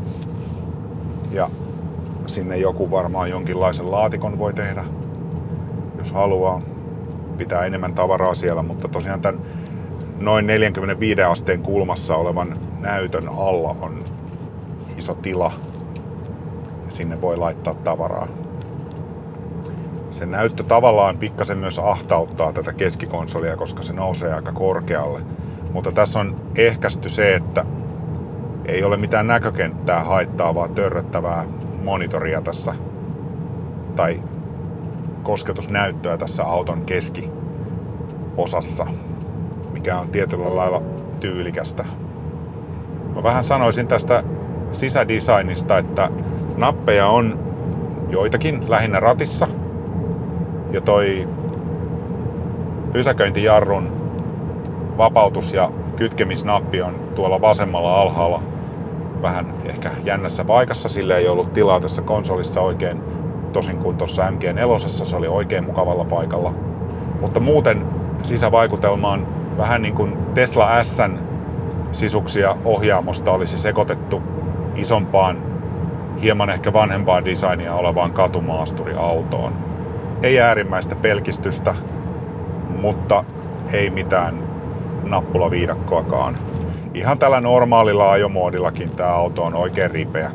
Ja sinne joku varmaan jonkinlaisen laatikon voi tehdä, jos haluaa. Pitää enemmän tavaraa siellä, mutta tosiaan tämän noin neljäkymmentäviisi asteen kulmassa olevan näytön alla on iso tila. Ja sinne voi laittaa tavaraa. Se näyttö tavallaan pikkasen myös ahtauttaa tätä keskikonsolia, koska se nousee aika korkealle. Mutta tässä on ehkäisty se, että ei ole mitään näkökenttää haittaavaa, törröttävää monitoria tässä tai kosketusnäyttöä tässä auton keskiosassa, mikä on tietyllä lailla tyylikästä. Mä vähän sanoisin tästä sisädesignista, että nappeja on joitakin lähinnä ratissa ja toi pysäköintijarrun vapautus- ja kytkemisnappi on tuolla vasemmalla alhaalla vähän ehkä jännässä paikassa. Sille ei ollut tilaa tässä konsolissa oikein, tosin kuin tuossa M G neljä se oli oikein mukavalla paikalla. Mutta muuten sisävaikutelma on vähän niin kuin Tesla S:n sisuksia ohjaamosta olisi sekoitettu isompaan, hieman ehkä vanhempaan designia olevaan katumaasturiautoon. Ei äärimmäistä pelkistystä, mutta ei mitään nappulaviidakkoakaan. Ihan tällä normaalilla ajomoodillakin tämä auto on oikein ripeä.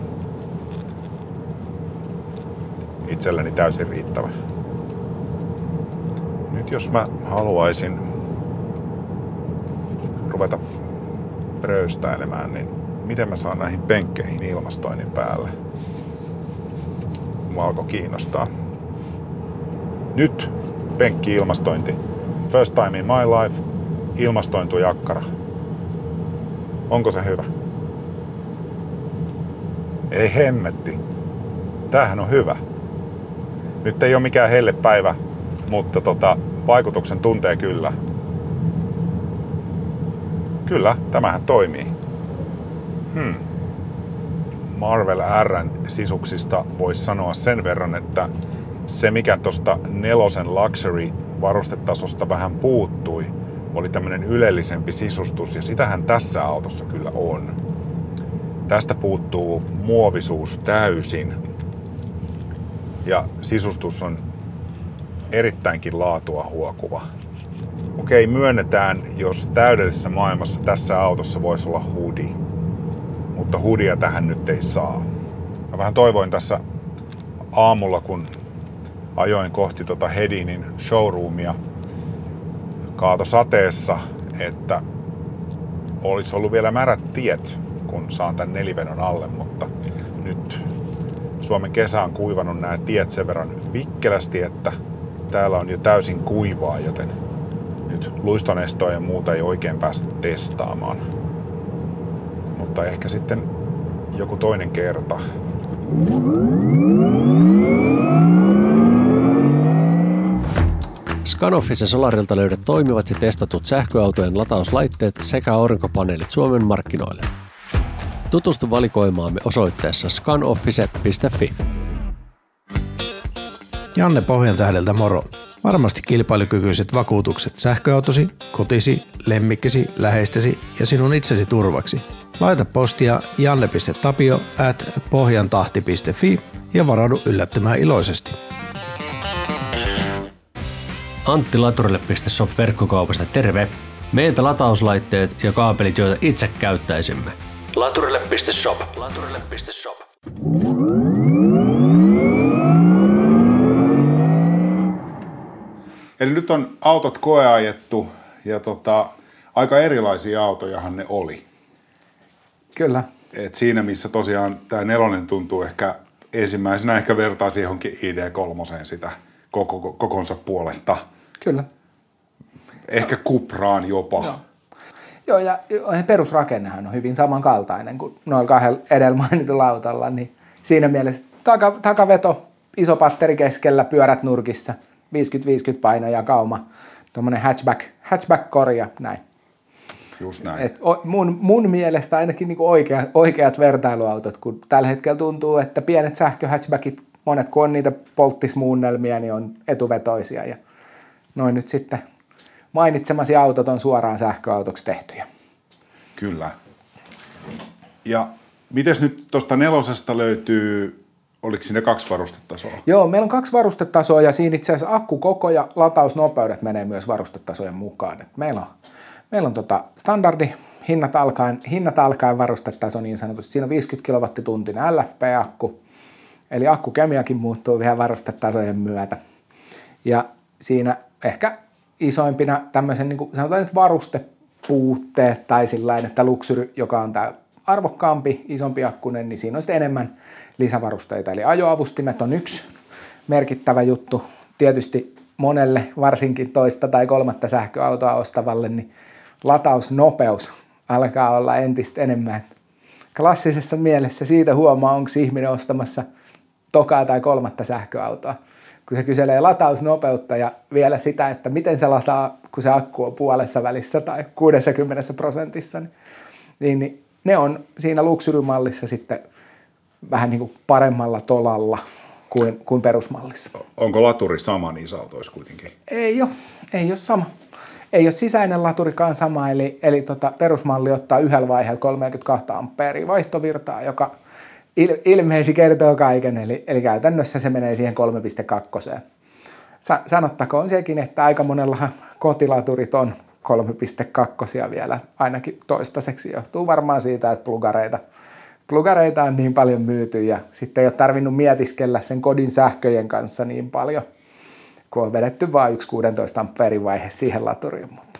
Itselleni täysin riittävä. Nyt jos mä haluaisin ruveta pröystäilemään, niin miten mä saan näihin penkkeihin ilmastoinnin päälle? Mua alkoi kiinnostaa. Nyt penkki-ilmastointi. First time in my life. Ilmastointujakkara. Onko se hyvä? Ei hemmetti. Tämähän on hyvä. Nyt ei ole mikään hellepäivä, mutta tota, vaikutuksen tuntee kyllä. Kyllä, tämähän toimii. Hmm. Marvel R:n sisuksista voisi sanoa sen verran, että se mikä tosta nelosen Luxury varustetasosta vähän puuttui, oli tämmönen ylellisempi sisustus, ja sitähän tässä autossa kyllä on. Tästä puuttuu muovisuus täysin. Ja sisustus on erittäinkin laatua huokuva. Okei, myönnetään, jos täydellisessä maailmassa tässä autossa voisi olla hoodie. Mutta hoodieä tähän nyt ei saa. Mä vähän toivoin tässä aamulla, kun ajoin kohti tota Hedinin showroomia kaatosateessa, että olisi ollut vielä märät tiet, kun saan tän nelivedon alle, mutta nyt Suomen kesä on kuivannut nämä tiet sen verran vikkelästi, että täällä on jo täysin kuivaa, joten nyt luistonestoja ja muuta ei oikein päästä testaamaan. Mutta ehkä sitten joku toinen kerta. Scanoffissa Solarilta löydät toimivat ja testatut sähköautojen latauslaitteet sekä aurinkopaneelit Suomen markkinoille. Tutustu valikoimaamme osoitteessa scanoffice piste fi. Janne Pohjantähdeltä moro. Varmasti kilpailukykyiset vakuutukset sähköautosi, kotisi, lemmikkisi, läheistesi ja sinun itsesi turvaksi. Laita postia janne piste tapio at pohjantahti piste fi ja varaudu yllättymään iloisesti. Antti Laturille piste shop verkkokaupasta terve! Meiltä latauslaitteet ja kaapelit, joita itse käyttäisimme. Laturille piste shop. Laturille piste shop. Eli nyt on autot koeajettu ja tota, aika erilaisia autojahan ne oli. Kyllä. Et siinä missä tosiaan tämä nelonen tuntuu ehkä ensimmäisenä ehkä vertaisi johonkin I D kolme sitä koko, kokonsa puolesta. Kyllä. Ehkä Cupraan jopa. Joo. Joo, ja perusrakennehan on hyvin samankaltainen kuin noilla kahdella edellä mainitulla autolla, niin siinä mielessä taka, takaveto, iso patteri keskellä, pyörät nurkissa, viisikymmentä viisikymmentä paino ja kauma, tuommoinen hatchback, hatchback-kori ja näin. Just näin. Et mun, mun mielestä ainakin niinku oikeat, oikeat vertailuautot, kun tällä hetkellä tuntuu, että pienet sähköhatchbackit, monet kun on niitä polttismuunnelmia, niin on etuvetoisia ja noin nyt sitten mainitsemasi autot on suoraan sähköautoksi tehtyjä. Kyllä. Ja mites nyt tuosta nelosesta löytyy, oliko siinä kaksi varustetasoa? Joo, meillä on kaksi varustetasoa ja siinä itse asiassa akkukoko ja latausnopeudet menee myös varustetasojen mukaan. Et meillä on, meillä on tota standardi hinnat alkaen, hinnat alkaen varustetaso niin sanotusti. Siinä on viisikymmentä kilowattitunnin L F P-akku, eli akkukemiakin muuttuu vielä varustetasojen myötä. Ja siinä ehkä isoimpina tämmöisen, niin kuin sanotaan nyt varustepuutteet tai sillain, että Luxury, joka on tämä arvokkaampi, isompi akkunen, niin siinä on sitten enemmän lisävarusteita. Eli ajoavustimet on yksi merkittävä juttu. Tietysti monelle, varsinkin toista tai kolmatta sähköautoa ostavalle, niin latausnopeus alkaa olla entistä enemmän. Klassisessa mielessä siitä huomaa, onko ihminen ostamassa tokaa tai kolmatta sähköautoa. Kun se kyselee latausnopeutta ja vielä sitä, että miten se lataa, kun se akku on puolessa välissä tai kuusikymmentä prosentissa, niin, niin ne on siinä Luxury-mallissa sitten vähän niin kuin paremmalla tolalla kuin, kuin perusmallissa. Onko laturi sama niissä autoissa kuitenkin? Ei ole, ei ole sama. Ei ole sisäinen laturikaan sama, eli, eli tota, perusmalli ottaa yhdellä vaiheella kolmekymmentäkaksi ampeeria vaihtovirtaa, joka il, ilmeisesti kertoo kaiken, eli, eli käytännössä se menee siihen kolme pilkku kaksi. Sa, sanottakoon sekin, että aika monella kotilaturit on kolme pilkku kaksi vielä, ainakin toistaiseksi. Johtuu varmaan siitä, että plugareita, plugareita on niin paljon myyty ja sitten ei ole tarvinnut mietiskellä sen kodin sähköjen kanssa niin paljon, kun on vedetty vain yksi kuusitoista ampeerin vaihe siihen laturiin. Mutta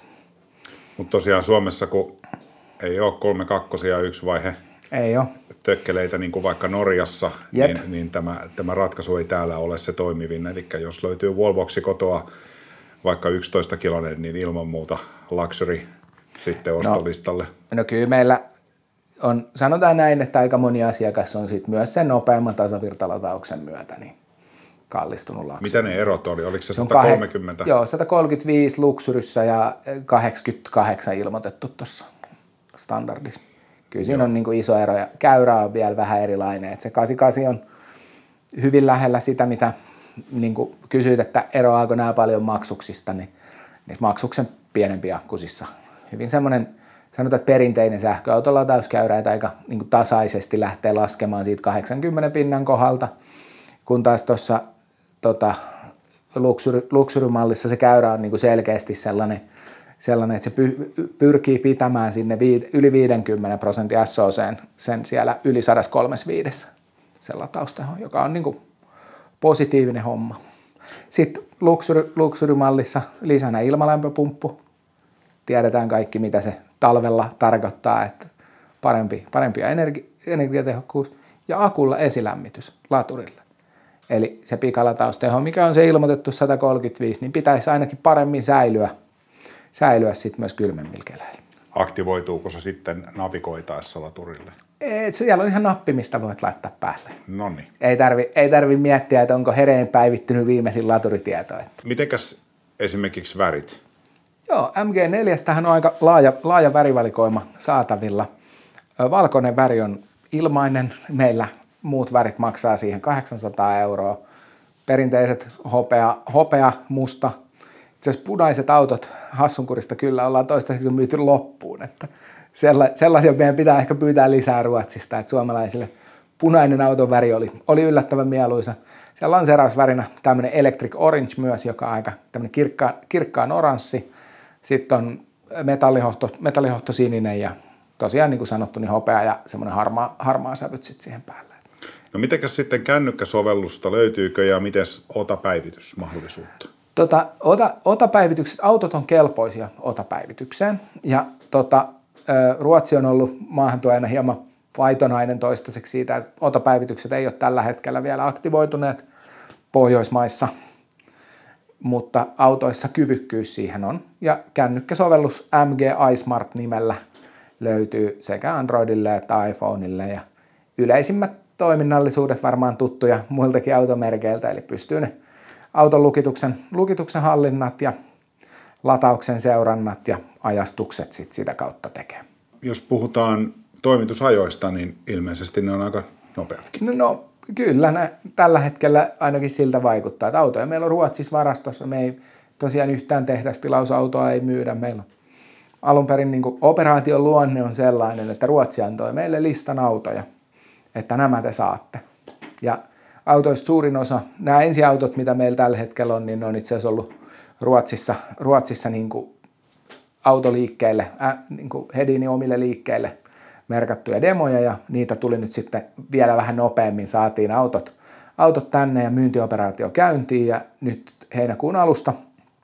Mut tosiaan Suomessa, kun ei ole kolme kakkosia yksi vaihe ei ole tökkeleitä, niin kuin vaikka Norjassa, niin, niin tämä, tämä ratkaisu ei täällä ole se toimivin. Eli jos löytyy Wallboxi kotoa vaikka yksitoista kiloinen, niin ilman muuta Luxury sitten ostolistalle. No, no kyllä meillä on, sanotaan näin, että aika moni asiakas on sit myös sen nopeamman tasavirtalatauksen myötä niin kallistunut Luxury. Mitä ne erot oli? Oliko se sata kolmekymmentä? Joo, sata kolmekymmentäviisi Luxuryssa ja kahdeksankymmentäkahdeksan ilmoitettu tuossa standardissa. Kyllä siinä Joo. on niin kuin iso ero ja käyrä on vielä vähän erilainen. Että se kahdeksankymmentäkahdeksan on hyvin lähellä sitä, mitä niin kuin kysyit, että eroaako nämä paljon maksuksista, niin, niin maksuksen pienempi akkusissa. Hyvin semmoinen, sanotaan, että perinteinen sähköautolatauskäyrä, että aika niin kuin tasaisesti lähtee laskemaan siitä kahdeksankymmenen pinnan kohdalta, kun taas tuossa tota, Luxury, Luxury-mallissa se käyrä on niin kuin selkeästi sellainen, sellainen, että se py, pyrkii pitämään sinne viid, yli viisikymmentä prosentin S O C:n sen siellä yli sata kolmekymmentäviisi sen latausteho, joka on niin kuin positiivinen homma. Sitten Luxury, Luxury-mallissa lisänä ilmalämpöpumppu. Tiedetään kaikki, mitä se talvella tarkoittaa, että parempi, parempia energi, energiatehokkuus ja akulla esilämmitys laturille. Eli se pikalatausteho, mikä on se ilmoitettu sata kolmekymmentäviisi, niin pitäisi ainakin paremmin säilyä, säilyä sitten myös kylmemmillä keleillä. Aktivoituuko se sitten navigoitaessa laturille? Et siellä on ihan nappi, mistä voit laittaa päälle. Noniin. Ei tarvi, ei tarvi miettiä, että onko hereen päivittynyt viimeisin laturitieto. Mitenkäs esimerkiksi värit? Joo, M G neljä on aika laaja, laaja värivalikoima saatavilla. Valkoinen väri on ilmainen. Meillä muut värit maksaa siihen kahdeksansataa euroa. Perinteiset hopea, hopea musta. Itse asiassa punaiset autot hassunkurista kyllä ollaan toistaiseksi myyty loppuun. Että sellaisia meidän pitää ehkä pyytää lisää Ruotsista, että suomalaisille punainen auton väri oli, oli yllättävän mieluisa. Siellä lanseerausvärinä tämmöinen Electric Orange myös, joka on aika tämmöinen kirkkaan, kirkkaan oranssi. Sitten on metallihohto, metallihohto sininen ja tosiaan niin kuin sanottu, niin hopea ja semmoinen harmaa, harmaa sävyt sitten siihen päälle. No mitenkäs sitten kännykkäsovellusta löytyykö ja miten ota päivitysmahdollisuutta? Tota, ota, otapäivitykset, autot on kelpoisia otapäivitykseen ja tota, Ruotsi on ollut maahantuojana hieman vaitonainen toistaiseksi siitä, että otapäivitykset ei ole tällä hetkellä vielä aktivoituneet Pohjoismaissa, mutta autoissa kyvykkyys siihen on. Ja kännykkäsovellus M G iSmart-nimellä löytyy sekä Androidille että iPhoneille ja yleisimmät toiminnallisuudet varmaan tuttuja muiltakin automerkeiltä, eli pystyy ne auton lukituksen, lukituksen hallinnat ja latauksen seurannat ja ajastukset sit sitä kautta tekee. Jos puhutaan toimitusajoista, niin ilmeisesti ne on aika nopeatkin. No, no kyllä, ne, tällä hetkellä ainakin siltä vaikuttaa, että autoja meillä on Ruotsissa varastossa. Me ei tosiaan yhtään tehdastilausautoa ei myydä. Meillä on alun perin niin kuin operaation luonne on sellainen, että Ruotsi antoi meille listan autoja, että nämä te saatte. Ja autoista suurin osa, nämä ensiautot, mitä meillä tällä hetkellä on, niin ne on itse asiassa ollut Ruotsissa, Ruotsissa niin kuin autoliikkeille, äh, niin kuin Hedinin omille liikkeille merkattuja demoja ja niitä tuli nyt sitten vielä vähän nopeammin. Saatiin autot, autot tänne ja myyntioperaatio käyntiin ja nyt heinäkuun alusta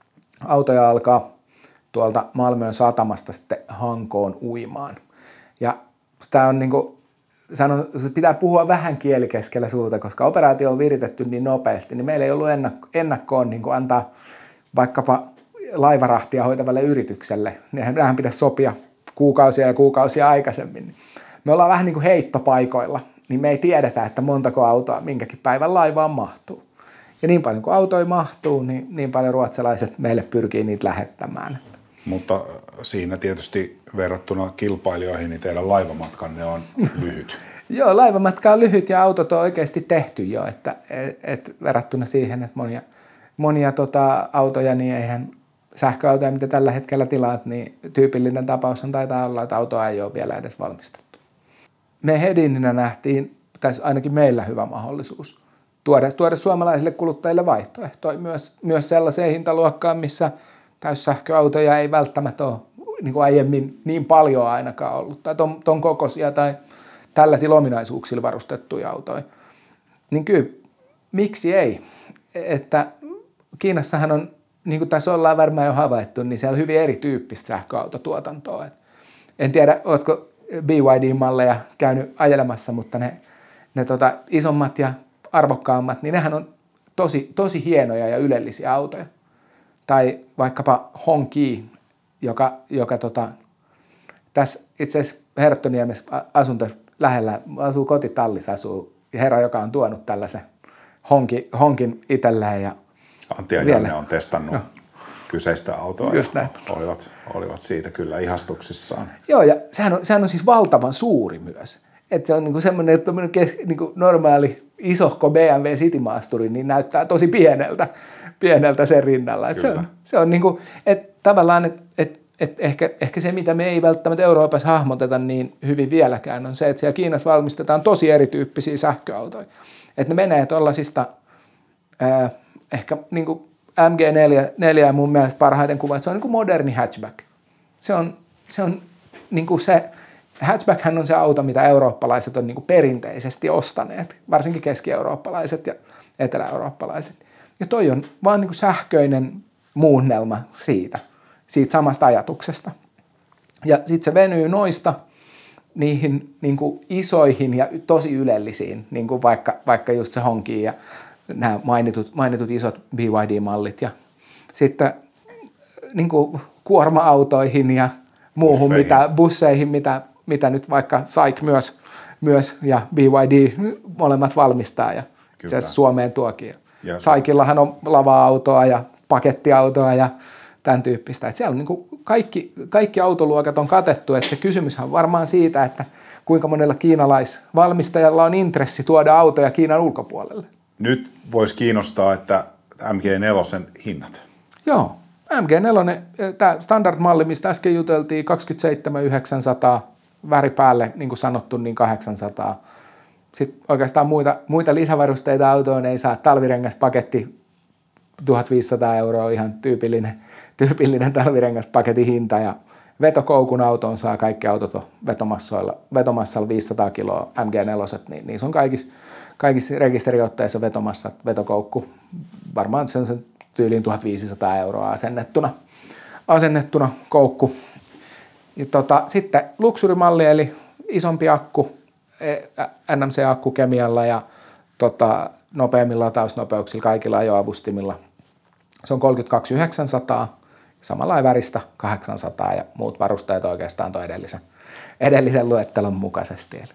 autoja alkaa tuolta Malmön satamasta sitten Hankoon uimaan. Ja tämä on niin kuin sanon, pitää puhua vähän kielikeskellä suuta, koska operaatio on viritetty niin nopeasti, niin meillä ei ollut ennakkoon niin kuin antaa vaikkapa laivarahtia hoitavalle yritykselle. Nehän pitäisi sopia kuukausia ja kuukausia aikaisemmin. Me ollaan vähän niin kuin heittopaikoilla, niin me ei tiedetä, että montako autoa minkäkin päivän laivaan mahtuu. Ja niin paljon kuin autoja mahtuu, niin, niin paljon ruotsalaiset meille pyrkii niitä lähettämään. Mutta siinä tietysti verrattuna kilpailijoihin, niin teidän laivamatkanne on lyhyt. Joo, laivamatka on lyhyt ja autot on oikeasti tehty jo, että et, et verrattuna siihen, että monia, monia tota, autoja, niin eihän sähköautoja, mitä tällä hetkellä tilaat, niin tyypillinen tapaus on taitaa olla, että autoa ei ole vielä edes valmistettu. Me Hedininä nähtiin, tässä ainakin meillä hyvä mahdollisuus, tuoda, tuoda suomalaisille kuluttajille vaihtoehtoja myös, myös sellaiseen hintaluokkaan, missä täyssähköautoja ei välttämättä ole niin kuin aiemmin niin paljon ainakaan ollut, tai ton, ton kokoisia tai tällaisilla ominaisuuksilla varustettuja autoja. Niin kyllä, miksi ei? Että Kiinassahan on, niin kuin tässä ollaan varmaan jo havaittu, niin siellä on hyvin erityyppistä sähköautotuotantoa. En tiedä, oletko B Y D-malleja käynyt ajelemassa, mutta ne, ne tota, isommat ja arvokkaammat, niin nehän on tosi, tosi hienoja ja ylellisiä autoja. Tai vaikkapa Hongqi, joka, joka tota, tässä itse asiassa Herttoniemessä asunto lähellä, asuu kotitallissa, asuu herra, joka on tuonut tällaisen honki, honkin itselleen. Ja Antti ja Janne on testannut no. kyseistä autoa Just ja olivat, olivat siitä kyllä ihastuksissaan. Joo, ja sehän on, sehän on siis valtavan suuri myös. Että se on niinku semmoinen, että niinku normaali isohko B M W Citymaasturi niin näyttää tosi pieneltä, pieneltä sen rinnalla. Et se on, se on niinku, että tavallaan, että et, et ehkä, ehkä se, mitä me ei välttämättä Euroopassa hahmoteta niin hyvin vieläkään, on se, että siellä Kiinassa valmistetaan tosi erityyppisiä sähköautoja. Että ne menee tuollaisista, äh, ehkä niinku M G neljä mun mielestä parhaiten kuva, että se on niinku moderni hatchback. Se on, se on niinku se, hatchbackhän on se auto, mitä eurooppalaiset on niinku perinteisesti ostaneet, varsinkin keski-eurooppalaiset ja etelä-eurooppalaiset. Ja toi on vaan niinku sähköinen muunnelma siitä, siitä samasta ajatuksesta. Ja sitten se venyy noista niihin niinku isoihin ja tosi ylellisiin, niinku vaikka, vaikka just se Hongqi ja nämä mainitut, mainitut isot B Y D-mallit. Ja sitten niinku kuorma-autoihin ja muuhun, busseihin, mitä, busseihin, mitä, mitä nyt vaikka S A I K myös, myös ja B Y D molemmat valmistaa ja itse asiassa Suomeen tuokin. S A I Killahan on lava-autoa ja pakettiautoa ja tämän tyyppistä. Että siellä on niin kuin kaikki, kaikki autoluokat on katettu, että se kysymys on varmaan siitä, että kuinka monella kiinalaisvalmistajalla on intressi tuoda autoja Kiinan ulkopuolelle. Nyt voisi kiinnostaa, että M G neljä hinnat. Joo, M G neljä, tämä standard-malli, mistä äsken juteltiin, kaksikymmentäseitsemän yhdeksänsataa, väri päälle, niin kuin sanottu, niin kahdeksansataa. Sitten oikeastaan muita, muita lisävarusteita autoon ei saa. Talvirengaspaketti tuhatviisisataa euroa, ihan tyypillinen, tyypillinen talvirengaspaketin hinta. Ja vetokoukun autoon saa kaikki autot vetomassalla, vetomassalla viisisataa kiloa M G neljä, niin niissä on kaikissa, kaikissa rekisteriotteissa vetomassa vetokoukku. Varmaan se on sen tyyliin tuhatviisisataa euroa asennettuna, asennettuna koukku. Ja tota, sitten luksurimalli eli isompi akku, N M C-akku kemialla ja tota, nopeammilla latausnopeuksilla, kaikilla ajoavustimilla. Se on kolmekymmentäkaksi yhdeksänsataa, samalla väristä kahdeksansataa ja muut varusteet oikeastaan tuon edellisen, edellisen luettelon mukaisesti. Eli.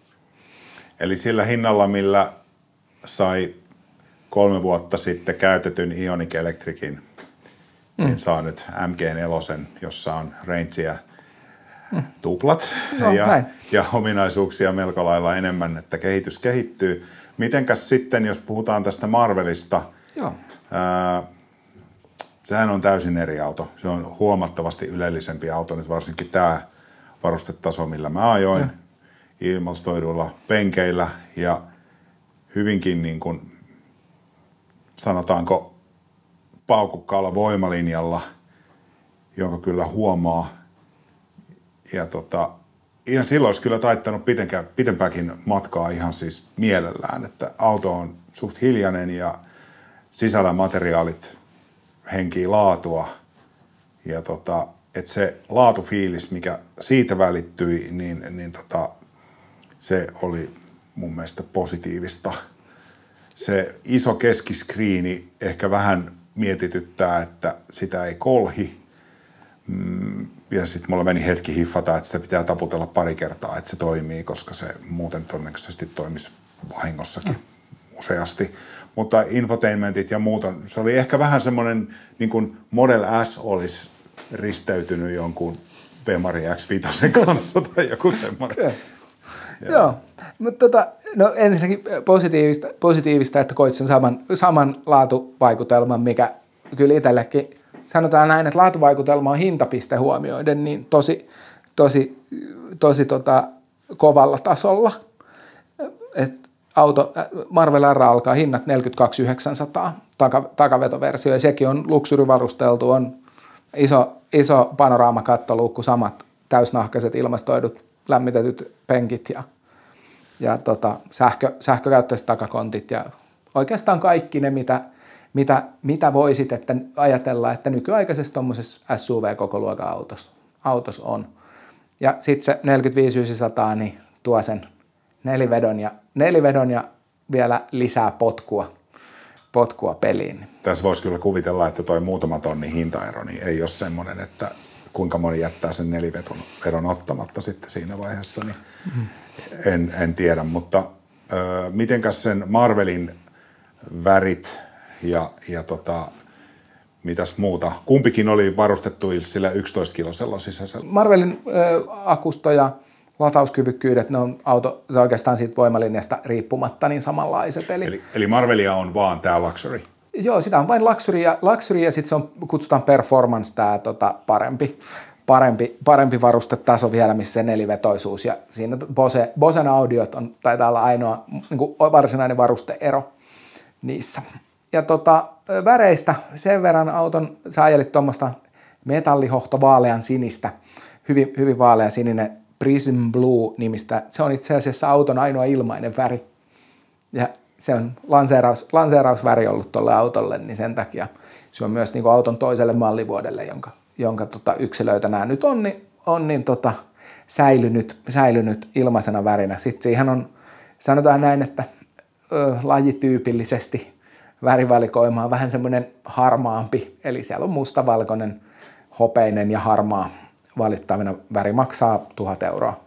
Eli sillä hinnalla, millä sai kolme vuotta sitten käytetyn Ioniq Electricin, mm. niin saa nyt M G neljä, jossa on rangea mm. tuplat no, ja, ja ominaisuuksia melko lailla enemmän, että kehitys kehittyy. Mitenkäs sitten, jos puhutaan tästä Marvelista, Joo. Ää, sehän on täysin eri auto. Se on huomattavasti ylellisempi auto, nyt varsinkin tämä varustetaso, millä mä ajoin, ja. ilmastoiduilla penkeillä ja hyvinkin niin kuin, sanotaanko paukukkaalla voimalinjalla, jonka kyllä huomaa. Ja tota, ihan silloin olisi kyllä taittanut pitempääkin matkaa ihan siis mielellään, että auto on suht hiljainen ja sisällä materiaalit henkii laatua. Ja tota, että se laatufiilis, mikä siitä välittyi, niin, niin tota, se oli mun mielestä positiivista. Se iso keskiskriini ehkä vähän mietityttää, että sitä ei kolhi. Ja sitten mulla meni hetki hiffata, että sitä pitää taputella pari kertaa, että se toimii, koska se muuten todennäköisesti toimisi vahingossakin useasti. Mutta infotainmentit ja muut on, se oli ehkä vähän semmoinen, niin kuin Model S olisi risteytynyt jonkun Bemari X viisi kanssa tai joku semmoinen. Okay. Joo, Joo. mutta tota, no ensinnäkin positiivista, positiivista, että koit sen saman, saman laatuvaikutelman, mikä kyllä itsellekin, sanotaan näin, että laatuvaikutelma on hintapiste huomioiden, niin tosi, tosi, tosi tota, kovalla tasolla. Et auto, Marvel R alkaa hinnat neljäkymmentäkaksi yhdeksänsataa, taka, takavetoversio, ja sekin on luksurivarusteltu, on iso, iso panoraamakattoluukku, samat täysnahkaiset ilmastoidut lämmitetyt penkit ja, ja tota, sähkö, sähkökäyttöiset takakontit ja oikeastaan kaikki ne, mitä, mitä, mitä voisit että ajatella, että nykyaikaisessa tuommoisessa S U V-kokoluokan autossa, autossa on. Ja sitten se neljäkymmentäviisi yhdeksänsataa niin tuo sen nelivedon ja, nelivedon ja vielä lisää potkua, potkua peliin. Tässä voisi kyllä kuvitella, että toi muutama tonnin hintaero niin ei ole semmoinen, että kuinka moni jättää sen nelivedon ottamatta sitten siinä vaiheessa, niin mm. en, en tiedä. Mutta ö, mitenkäs sen Marvelin värit ja, ja tota, mitäs muuta? Kumpikin oli varustettu sillä yksitoista kilosella sisäisellä. Marvelin ö, akusto ja latauskyvykkyydet, ne on auto, se oikeastaan siitä voimalinjasta riippumatta niin samanlaiset. Eli, eli, eli Marvelia on vaan tämä luxury? Joo, sitä on vain luxury ja, luxury ja sitten se on, kutsutaan performance, tämä tota, parempi, parempi, parempi varustetaso vielä, missä se nelivetoisuus. Ja siinä Bose, Bosen audiot on, taitaa olla ainoa niin kuin varsinainen varusteero niissä. Ja tota, väreistä sen verran auton, sä ajelit tuommoista metallihohto vaalean sinistä, hyvin, hyvin vaalean sininen Prism Blue nimistä. Se on itse asiassa auton ainoa ilmainen väri. Ja se on lanseeraus, lanseerausväri ollut tuolle autolle, niin sen takia se on myös niin kuin auton toiselle mallivuodelle, jonka, jonka tota yksilöitä nämä nyt on, niin, on niin tota säilynyt, säilynyt ilmaisena värinä. Sitten siihen on, sanotaan näin, että ö, lajityypillisesti värivalikoima on vähän semmoinen harmaampi, eli siellä on mustavalkoinen, hopeinen ja harmaa valittavina. Väri maksaa tuhat euroa.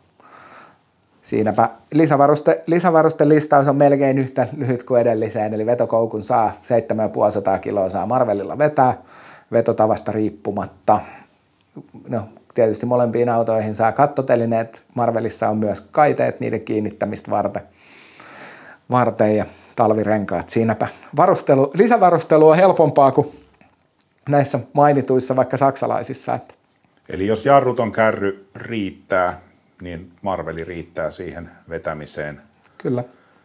Siinäpä lisävaruste, lisävaruste listaus on melkein yhtä lyhyt kuin edelliseen, eli vetokoukun saa seitsemäntuhatta kiloa saa Marvelilla vetää vetotavasta riippumatta. No, tietysti molempiin autoihin saa kattotelineet, Marvelissa on myös kaiteet niiden kiinnittämistä varten, varten ja talvirenkaat. Siinäpä varustelu, lisävarustelu on helpompaa kuin näissä mainituissa vaikka saksalaisissa. Että. Eli jos jarruton kärry riittää, niin Marveli riittää siihen vetämiseen. Kyllä.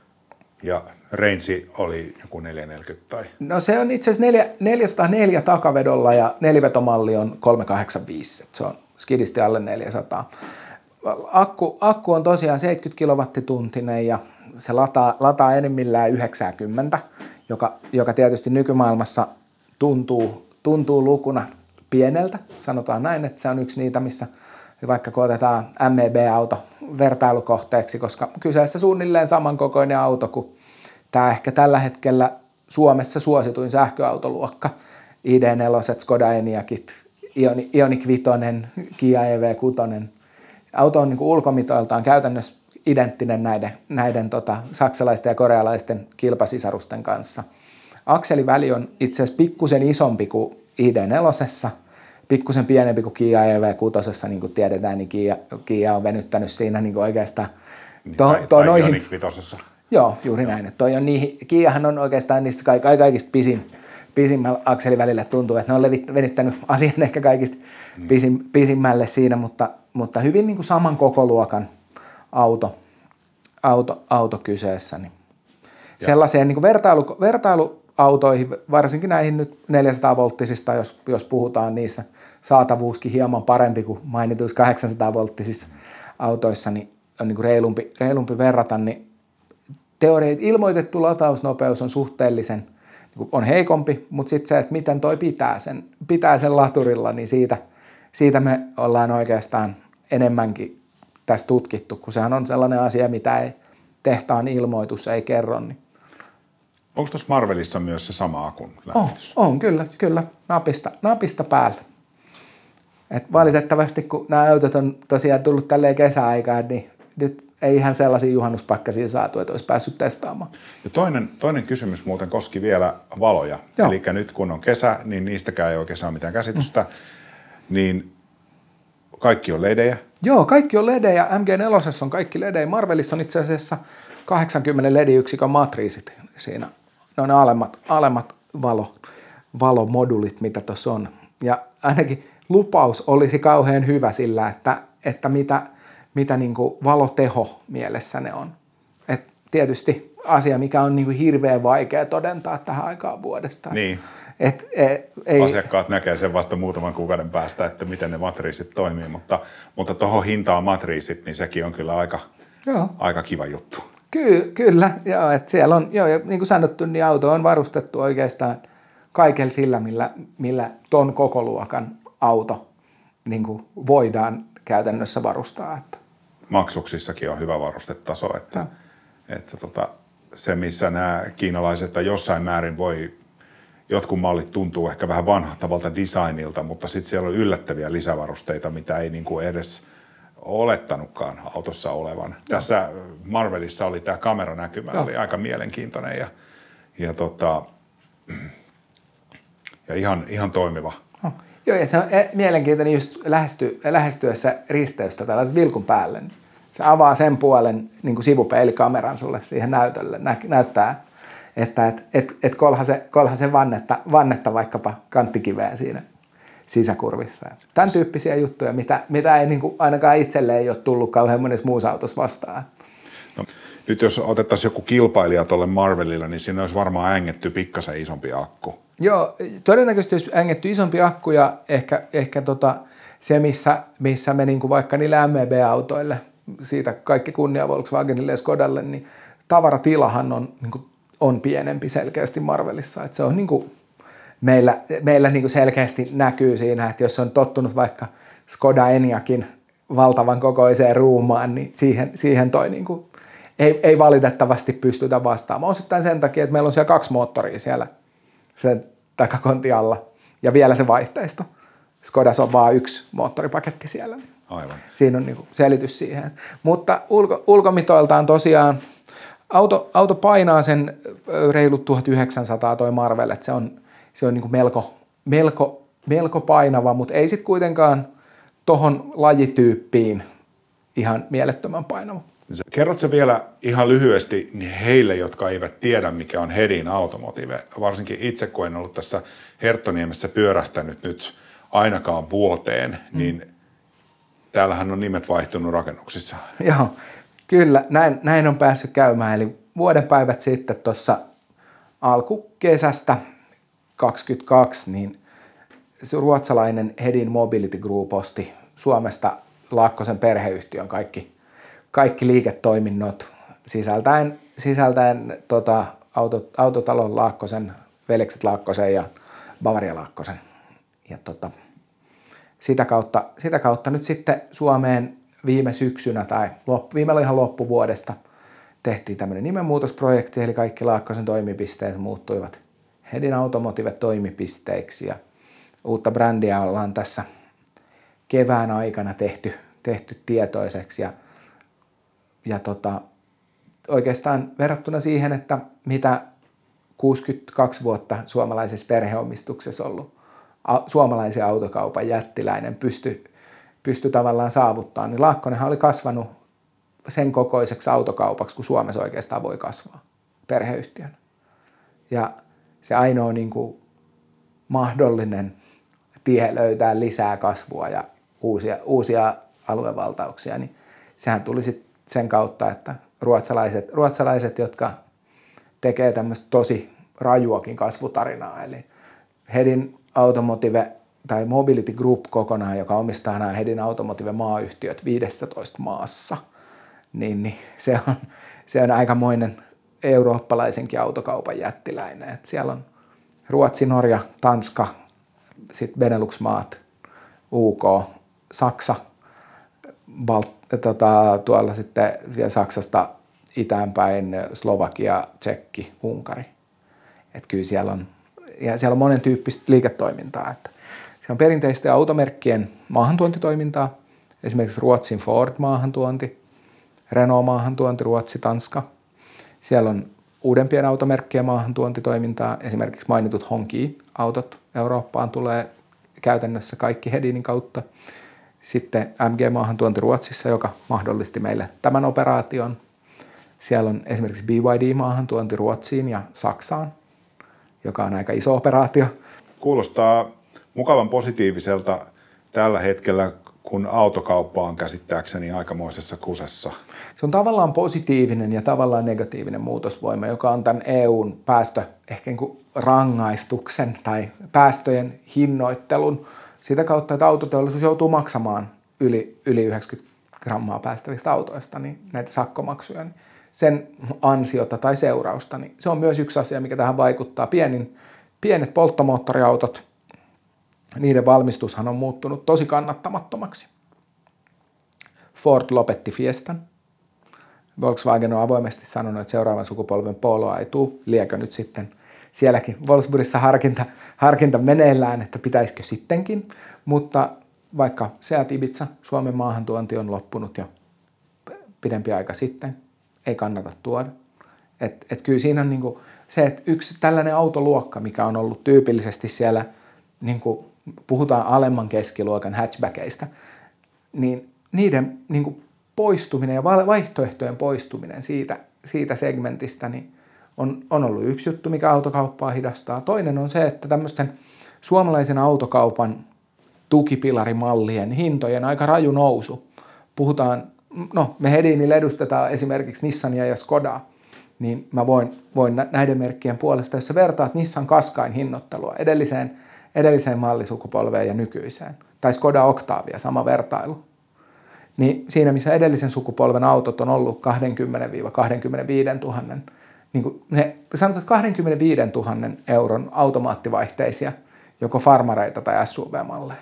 Ja range oli joku neljäsataaneljäkymmentä tai? No se on itse asiassa neljäsataaneljä takavedolla ja nelivetomalli on kolmesataakahdeksankymmentäviisi. Se on skidisti alle neljäsataa. Akku, akku on tosiaan seitsemänkymmentä kilowattituntinen ja se lataa, lataa enimmillään yhdeksänkymmentä, joka, joka tietysti nykymaailmassa tuntuu, tuntuu lukuna pieneltä, sanotaan näin, että se on yksi niitä, missä vaikka kun otetaan M E B-auto vertailukohteeksi, koska kyseessä suunnilleen samankokoinen auto kuin tämä ehkä tällä hetkellä Suomessa suosituin sähköautoluokka, I D neljä, Skoda Enyaqit, Ioniq viisi, Kia E V kuusi. Auto on niin kuin ulkomitoiltaan käytännössä identtinen näiden, näiden tota, saksalaisten ja korealaisten kilpasisarusten kanssa. Akseliväli on itse asiassa pikkusen isompi kuin I D neljä, pikkusen pienempi kuin Kia E V kuusi, niin kuin tiedetään, niin Kia, Kia on venyttänyt siinä niin kuin oikeastaan. To, tai tai noihin, Ioniq viisi. Joo, juuri näin. Että toi on niihin, Kiahan on oikeastaan niistä ka- ka- kaikista pisin, pisimmällä akselivälillä tuntuu, että ne on levit, venyttänyt asian ehkä kaikista mm. pisim, pisimmälle siinä, mutta, mutta hyvin niin kuin saman kokoluokan auto, auto, auto kyseessä. Niin sellaiseen niin kuin vertailu, vertailuautoihin, varsinkin näihin nyt neljäsataa volttisista, jos, jos puhutaan niissä, saatavuuskin hieman parempi kuin mainituissa kahdeksansataa volttisissa autoissa, niin on niin kuin reilumpi, reilumpi verrata, niin teoriat ilmoitettu latausnopeus on suhteellisen, niin on heikompi, mutta sitten se, että miten toi pitää sen, pitää sen laturilla, niin siitä, siitä me ollaan oikeastaan enemmänkin tässä tutkittu, kun sehän on sellainen asia, mitä ei tehtaan ilmoitus ei kerro. Niin. Onko tuossa Marvelissa myös se sama akun lämmitys? On, on kyllä, kyllä, napista, napista päälle. Et valitettavasti, kun nämä autot on tosiaan tullut tälleen kesäaikaan, niin nyt ei ihan sellaisia juhannuspakkasia saatu, että olisi päässyt testaamaan. Ja toinen, toinen kysymys muuten koski vielä valoja. Eli nyt kun on kesä, niin niistäkään ei oikein saa mitään käsitystä. Mm. Niin kaikki on ledejä? Joo, kaikki on ledejä. M G neljä on kaikki ledejä. Marvelissa on itse asiassa kahdeksankymmentä lediyksikön matriisit siinä. Ne on ne alemmat, alemmat valo, valomodulit, mitä tuossa on. Ja ainakin lupaus olisi kauhean hyvä sillä, että, että mitä... mitä niin kuin valoteho mielessä ne on. Et tietysti asia, mikä on niin kuin hirveän vaikea todentaa tähän aikaan vuodesta. Niin. Et, et, ei... Asiakkaat näkee sen vasta muutaman kuukauden päästä, että miten ne matriisit toimii, mutta, mutta tuohon hintaan matriisit, niin sekin on kyllä aika, joo. aika kiva juttu. Ky- kyllä, joo, että siellä on, joo, ja niin kuin sanottu, niin auto on varustettu oikeastaan kaikella sillä, millä, millä ton kokoluokan auto niin kuin voidaan käytännössä varustaa. Että. Maksuksissakin on hyvä varustetaso, että, no. että tota, se missä nämä kiinalaiset tai jossain määrin voi, jotkut mallit tuntuu ehkä vähän vanhahtavalta designilta, mutta sitten siellä on yllättäviä lisävarusteita, mitä ei niin kuin edes olettanutkaan autossa olevan. No. Tässä Marvelissa oli tämä kameranäkymä, no. oli aika mielenkiintoinen ja, ja, tota, ja ihan, ihan toimiva. No. Joo, ja se on mielenkiintoinen just lähesty, lähestyessä risteystä tällä vilkun päälle. Se avaa sen puolen niin kuin sivupeilikameran sulle siihen näytölle, nä, näyttää, että et, et, et kolha se, kolha se vannetta, vannetta vaikkapa kanttikiveen siinä sisäkurvissa. Tämän tyyppisiä juttuja, mitä, mitä ei niin kuin ainakaan itselle ei ole tullut kauhean monessa muussa autossa vastaan. No, nyt jos otettaisiin joku kilpailija tuolle Marvelilla, niin siinä olisi varmaan ängetty pikkasen isompi akku. Joo, todennäköisesti olisi ängetty isompi akku ja ehkä, ehkä tota, se, missä, missä me niinku vaikka niille M E B-autoille, siitä kaikki kunnia Volkswagenille ja Skodalle, niin tavaratilahan on, niinku, on pienempi selkeästi Marvelissa. Et se on niinku, meillä, meillä niinku selkeästi näkyy siinä, että jos on tottunut vaikka Skoda Enyaqin valtavan kokoiseen ruumaan, niin siihen, siihen toi niinku, ei, ei valitettavasti pystytä vastaamaan. Osittain sen takia, että meillä on siellä kaksi moottoria siellä sen takakontin alla ja vielä se vaihteisto. Skodassa on vain yksi moottoripaketti siellä. Aivan. Siinä on niinku selitys siihen. Mutta ulko, ulkomitoiltaan tosiaan auto, auto painaa sen reilut tuhatyhdeksänsataa toi Marvel, että se on, se on niinku melko, melko, melko painava, mutta ei sitten kuitenkaan tohon lajityyppiin ihan mielettömän painava. Kerrotko vielä ihan lyhyesti heille, jotka eivät tiedä, mikä on Hedin Automotive? Varsinkin itse, kun en ollut tässä Herttoniemessä pyörähtänyt nyt ainakaan vuoteen, mm. niin täällähän on nimet vaihtunut rakennuksissa. Joo, kyllä. Näin, näin on päässyt käymään. Eli vuoden päivät sitten tuossa alkukesästä kaksikymmentäkaksi, niin se ruotsalainen Hedin Mobility Group osti Suomesta Laakkosen perheyhtiön kaikki kaikki liiketoiminnot sisältäen, sisältäen tota, auto, autotalon Laakkosen, veljekset Laakkosen ja Bavaria Laakkosen. Ja tota, sitä, kautta, sitä kautta nyt sitten Suomeen viime syksynä tai loppu, viime ihan loppuvuodesta tehtiin tämmöinen nimenmuutosprojekti, eli kaikki Laakkosen toimipisteet muuttuivat Hedin Automotive-toimipisteiksi ja uutta brändiä ollaan tässä kevään aikana tehty, tehty tietoiseksi ja, ja tota, oikeastaan verrattuna siihen, että mitä kuusikymmentäkaksi vuotta suomalaisessa perheomistuksessa ollut a, suomalaisen autokaupan jättiläinen pystyi pysty tavallaan saavuttaa, niin Laakkonenhan oli kasvanut sen kokoiseksi autokaupaksi, kun Suomessa oikeastaan voi kasvaa perheyhtiön. Ja se ainoa niin kuin mahdollinen tie löytää lisää kasvua ja uusia, uusia aluevaltauksia, niin sehän tuli sitten sen kautta, että ruotsalaiset, ruotsalaiset jotka tekee tämmöistä tosi rajuakin kasvutarinaa, eli Hedin Automotive tai Mobility Group kokonaan, joka omistaa nämä Hedin Automotive-maayhtiöt viidessätoista maassa, niin, niin se, on, se on aikamoinen eurooppalaisenkin autokaupan jättiläinen. Et siellä on Ruotsi, Norja, Tanska, sitten Benelux-maat, U K, Saksa, Balt- tota, tuolla sitten vielä Saksasta itäänpäin Slovakia, Tsekki, Unkari. Et kyllä siellä on, ja siellä on monen tyyppistä liiketoimintaa. Että siellä on perinteisten automerkkien maahantuontitoimintaa, esimerkiksi Ruotsin Ford-maahantuonti, Renault-maahantuonti, Ruotsi, Tanska. Siellä on uudempien automerkkien maahantuontitoimintaa, esimerkiksi mainitut Honki-autot Eurooppaan tulee käytännössä kaikki Hedinin kautta. Sitten M G-maahantuonti Ruotsissa, joka mahdollisti meille tämän operaation. Siellä on esimerkiksi B Y D-maahantuonti Ruotsiin ja Saksaan, joka on aika iso operaatio. Kuulostaa mukavan positiiviselta tällä hetkellä, kun autokauppa on käsittääkseni aikamoisessa kusessa. Se on tavallaan positiivinen ja tavallaan negatiivinen muutosvoima, joka on tämän E U:n päästö, ehkä niin kuin rangaistuksen tai päästöjen hinnoittelun sitä kautta, että autoteollisuus joutuu maksamaan yli, yli yhdeksänkymmentä grammaa päästävistä autoista niin näitä sakkomaksuja. Niin sen ansiota tai seurausta, niin se on myös yksi asia, mikä tähän vaikuttaa. Pienin, pienet polttomoottoriautot, niiden valmistushan on muuttunut tosi kannattamattomaksi. Ford lopetti Fiestan. Volkswagen on avoimesti sanonut, että seuraavan sukupolven Poloa ei tule. Liekö nyt sitten sielläkin Wolfsburgissa harkinta, harkinta meneillään, että pitäisikö sittenkin. Mutta vaikka Seat Ibiza, Suomen maahantuonti on loppunut jo pidempi aika sitten, ei kannata tuoda. Et, et kyllä siinä on niinku se, että yksi tällainen autoluokka, mikä on ollut tyypillisesti siellä, niinku, puhutaan alemman keskiluokan hatchbackeista, niin niiden niinku, poistuminen ja vaihtoehtojen poistuminen siitä, siitä segmentistä niin on, on ollut yksi juttu, mikä autokauppaa hidastaa. Toinen on se, että tämmöisten suomalaisen autokaupan tukipilarimallien hintojen aika raju nousu. Puhutaan, no me Hedinillä edustetaan esimerkiksi Nissania ja Skodaa, niin mä voin, voin näiden merkkien puolesta, jos sä vertaat Nissan Qashqain hinnoittelua edelliseen, edelliseen mallisukupolveen ja nykyiseen, tai Skoda Octavia, sama vertailu, niin siinä missä edellisen sukupolven autot on ollut kaksikymmentä kaksikymmentäviisi tuhatta, niin kuin ne sanotaan kaksikymmentäviisi tuhatta euron automaattivaihteisia, joko farmareita tai S U V-malleja,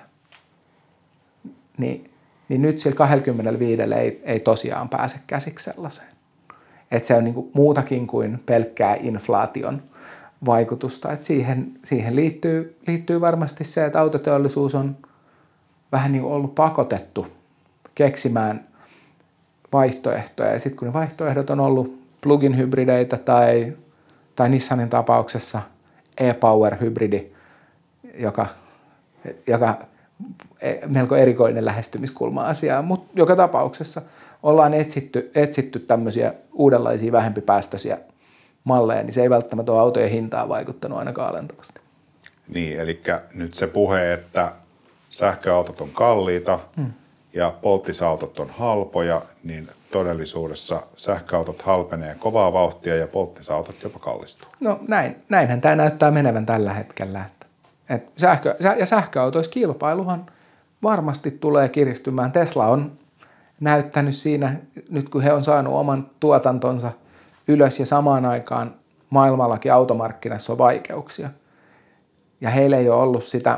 niin, niin nyt sillä kaksikymmentäviisi ei, ei tosiaan pääse käsiksi sellaiseen. Että se on niin kuin muutakin kuin pelkkää inflaation vaikutusta. Et siihen siihen liittyy, liittyy varmasti se, että autoteollisuus on vähän niin kuin ollut pakotettu keksimään vaihtoehtoja. Ja sitten kun ne vaihtoehdot on ollut plug-in hybrideitä tai, tai Nissanin tapauksessa e-power-hybridi, joka, joka melko erikoinen lähestymiskulma asiaan, mutta joka tapauksessa ollaan etsitty, etsitty tämmöisiä uudenlaisia vähempipäästöisiä malleja, niin se ei välttämättä ole autojen hintaa vaikuttanut ainakaan alentavasti. Niin, eli nyt se puhe, että sähköautot on kalliita hmm. ja polttisautot on halpoja, niin todellisuudessa sähköautot halpenee kovaa vauhtia ja polttisautot jopa kallistuu. No näin, näinhän tämä näyttää menevän tällä hetkellä. Että, että sähkö, ja sähköautoissa kilpailuhan varmasti tulee kiristymään. Tesla on näyttänyt siinä, nyt kun he on saanut oman tuotantonsa ylös ja samaan aikaan maailmallakin automarkkinassa on vaikeuksia, ja heillä ei ole ollut sitä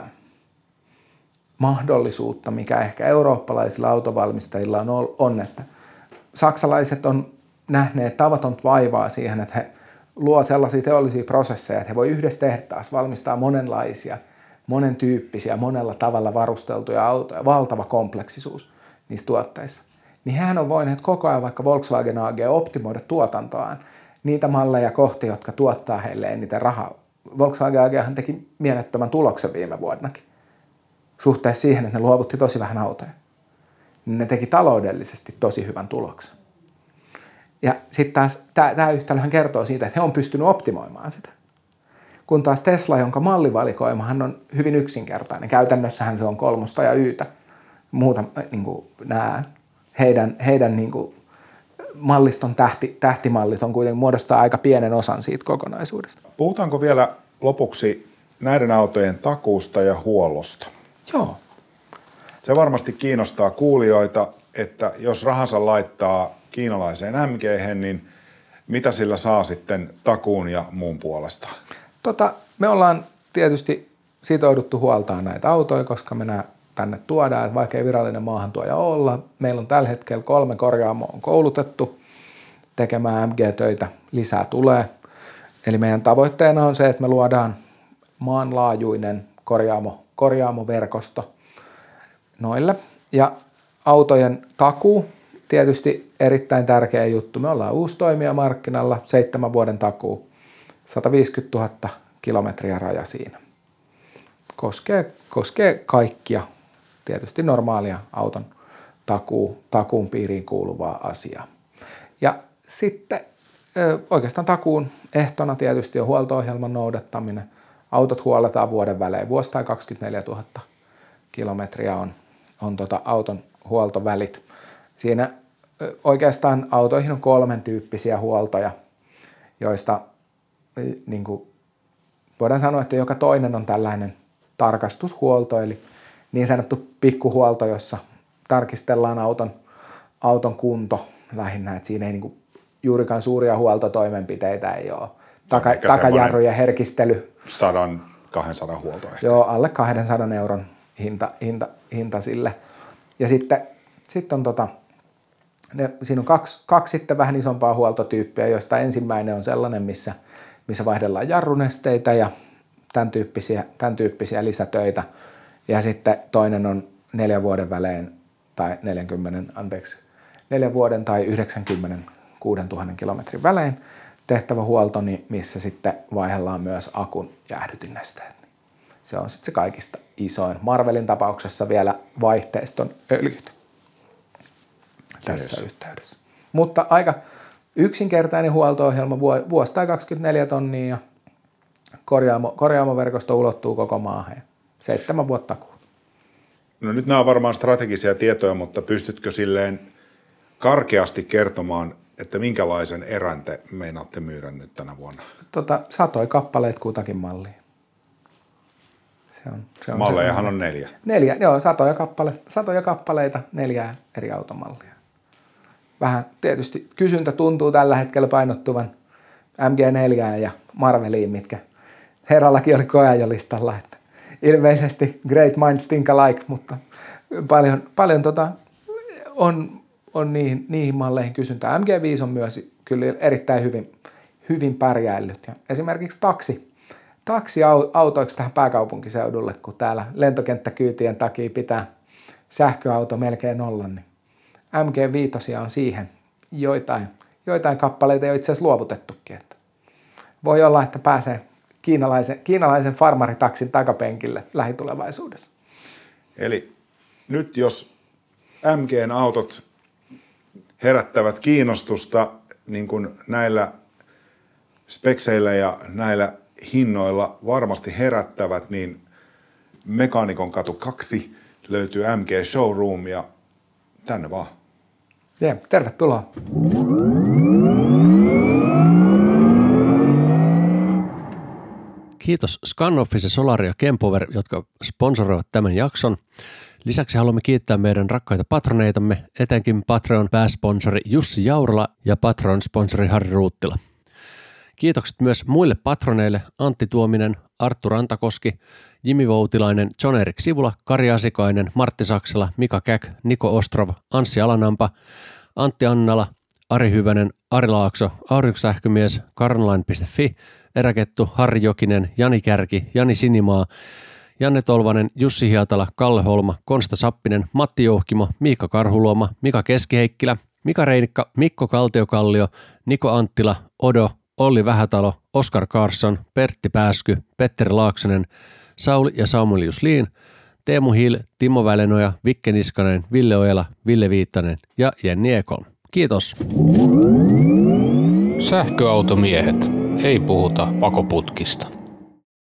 mahdollisuutta, mikä ehkä eurooppalaisilla autovalmistajilla on, on että saksalaiset on nähneet tavatonta vaivaa siihen, että he luovat sellaisia teollisia prosesseja, että he voi yhdessä tehtaassa valmistaa monenlaisia, monen tyyppisiä, monella tavalla varusteltuja autoja, valtava kompleksisuus niissä tuotteissa. Niin hehän on voineet koko ajan vaikka Volkswagen A G optimoida tuotantoaan niitä malleja kohti, jotka tuottaa heille eniten rahaa. Volkswagen A Ghan teki mielettömän tuloksen viime vuonnakin suhteessa siihen, että ne luovutti tosi vähän autoja. Ne teki taloudellisesti tosi hyvän tuloksen. Ja sitten taas tämä yhtälöhän kertoo siitä, että he on pystynyt optimoimaan sitä. Kun taas Tesla, jonka mallivalikoimahan on hyvin yksinkertainen, käytännössähän se on kolmosta ja yytä. Muuta niin kuin nämä heidän, heidän niin kuin malliston tähti, tähtimallit on kuitenkin muodostaa aika pienen osan siitä kokonaisuudesta. Puhutaanko vielä lopuksi näiden autojen takuusta ja huollosta? Joo. Se varmasti kiinnostaa kuulijoita, että jos rahansa laittaa kiinalaiseen M G:hen, niin mitä sillä saa sitten takuun ja muun puolesta? Tota, me ollaan tietysti sitouduttu huoltaan näitä autoja, koska me nämä tänne tuodaan, että vaikka ei virallinen maahantuoja olla. Meillä on tällä hetkellä kolme korjaamoa on koulutettu tekemään M G-töitä, lisää tulee. Eli meidän tavoitteena on se, että me luodaan maanlaajuinen korjaamo, korjaamoverkosto noille. Ja autojen takuu, tietysti erittäin tärkeä juttu. Me ollaan uusi toimija markkinalla, seitsemän vuoden takuu, sata viisikymmentätuhatta kilometriä raja siinä. Koskee, koskee kaikkia, tietysti normaalia auton takuu, takuun piiriin kuuluvaa asiaa. Ja sitten oikeastaan takuun ehtona tietysti on huolto-ohjelman noudattaminen. Autot huolletaan vuoden välein. Vuosi tai kaksikymmentäneljätuhatta kilometriä on, on tota auton huoltovälit. Siinä oikeastaan autoihin on kolmen tyyppisiä huoltoja, joista niin kuin voidaan sanoa, että joka toinen on tällainen tarkastushuolto, eli niin sanottu pikkuhuolto, jossa tarkistellaan auton, auton kunto lähinnä, että siinä ei niin kuin juurikaan suuria huoltotoimenpiteitä ei ole. Taka, takajarrujen herkistely. Sadan, kahdensadan huolto ehkä. Joo, alle kahdensadan euron hinta, hinta, hinta sille. Ja sitten, sitten on tota, ne, siinä on kaksi, kaksi sitten vähän isompaa huoltotyyppiä, joista ensimmäinen on sellainen, missä, missä vaihdellaan jarrunesteitä ja tämän tyyppisiä, tämän tyyppisiä lisätöitä. Ja sitten toinen on neljän vuoden välein tai neljänkymmenen, anteeksi, neljän vuoden tai yhdeksänkymmentäkuusituhatta kilometrin välein tehtävä huolto, niin missä sitten vaihdellaan myös akun jäähdytinnesteet. Se on sitten se kaikista isoin. Marvelin tapauksessa vielä vaihteiston öljyt tässä yes. yhteydessä. Mutta aika yksinkertainen huolto-ohjelma, vuosi tai kaksikymmentäneljä tonnia ja korjaamo, korjaamoverkosto ulottuu koko maahan. Seitsemän vuotta takuu. No nyt nämä on varmaan strategisia tietoja, mutta pystytkö silleen karkeasti kertomaan, että minkälaisen erän te meinaatte myydä nyt tänä vuonna? Tota, satoi kappaleet kutakin mallia. Se on, se on Mallejahan on neljä. Neljä, joo, satoja, kappale, satoja kappaleita, neljää eri automallia. Vähän tietysti kysyntä tuntuu tällä hetkellä painottuvan M G neljä ja Marveliin, mitkä herrallakin oli koeajolistalla. Että ilmeisesti great minds think alike, mutta paljon, paljon tota, on, on niihin, niihin malleihin kysyntää. M G viisi on myös kyllä erittäin hyvin, hyvin pärjäillyt. Ja esimerkiksi taksi, taksiautoiksi tähän pääkaupunkiseudulle, kun täällä lentokenttäkyytien takia pitää sähköauto melkein olla, niin M G viisi on siihen joitain, joitain kappaleita jo itse asiassa luovutettukin. Että voi olla, että pääsee kiinalaisen, kiinalaisen farmaritaksin takapenkille lähitulevaisuudessa. Eli nyt jos M G:n autot herättävät kiinnostusta niin kuin näillä spekseillä ja näillä hinnoilla varmasti herättävät, niin Mekaanikon katu kaksi löytyy M G Showroom ja tänne vaan. Jee, tervetuloa. Kiitos Scanoffice, Solari ja Kempover, jotka sponsoroivat tämän jakson. Lisäksi haluamme kiittää meidän rakkaita patroneitamme, etenkin Patreon pääsponsori Jussi Jaurala ja Patreon sponsori Harri Ruuttila. Kiitokset myös muille patroneille Antti Tuominen, Arttu Rantakoski, Jimi Voutilainen, John-Erik Sivula, Kari Asikainen, Martti Saksala, Mika Käk, Niko Ostrov, Anssi Alanampa, Antti Annala, Ari Hyvänen, Ari Laakso, Aurinkosähkömies, Karnline piste fi, Eräkettu, Harri Jokinen, Jani Kärki, Jani Sinimaa, Janne Tolvanen, Jussi Hiatala, Kalle Holma, Konsta Sappinen, Matti Jouhkimo, Miikka Karhuluoma, Mika Keskiheikkilä, Mika Reinikka, Mikko Kaltiokallio, Niko Anttila, Odo, Olli Vähätalo, Oskar Karsson, Pertti Pääsky, Petteri Laaksonen, Sauli ja Samuel Juslin, Teemu Hill, Timo Välenoja, Vikke Niskanen, Ville Ojala, Ville Viittanen ja Jenni Ekholm. Kiitos. Sähköautomiehet. Ei puhuta pakoputkista.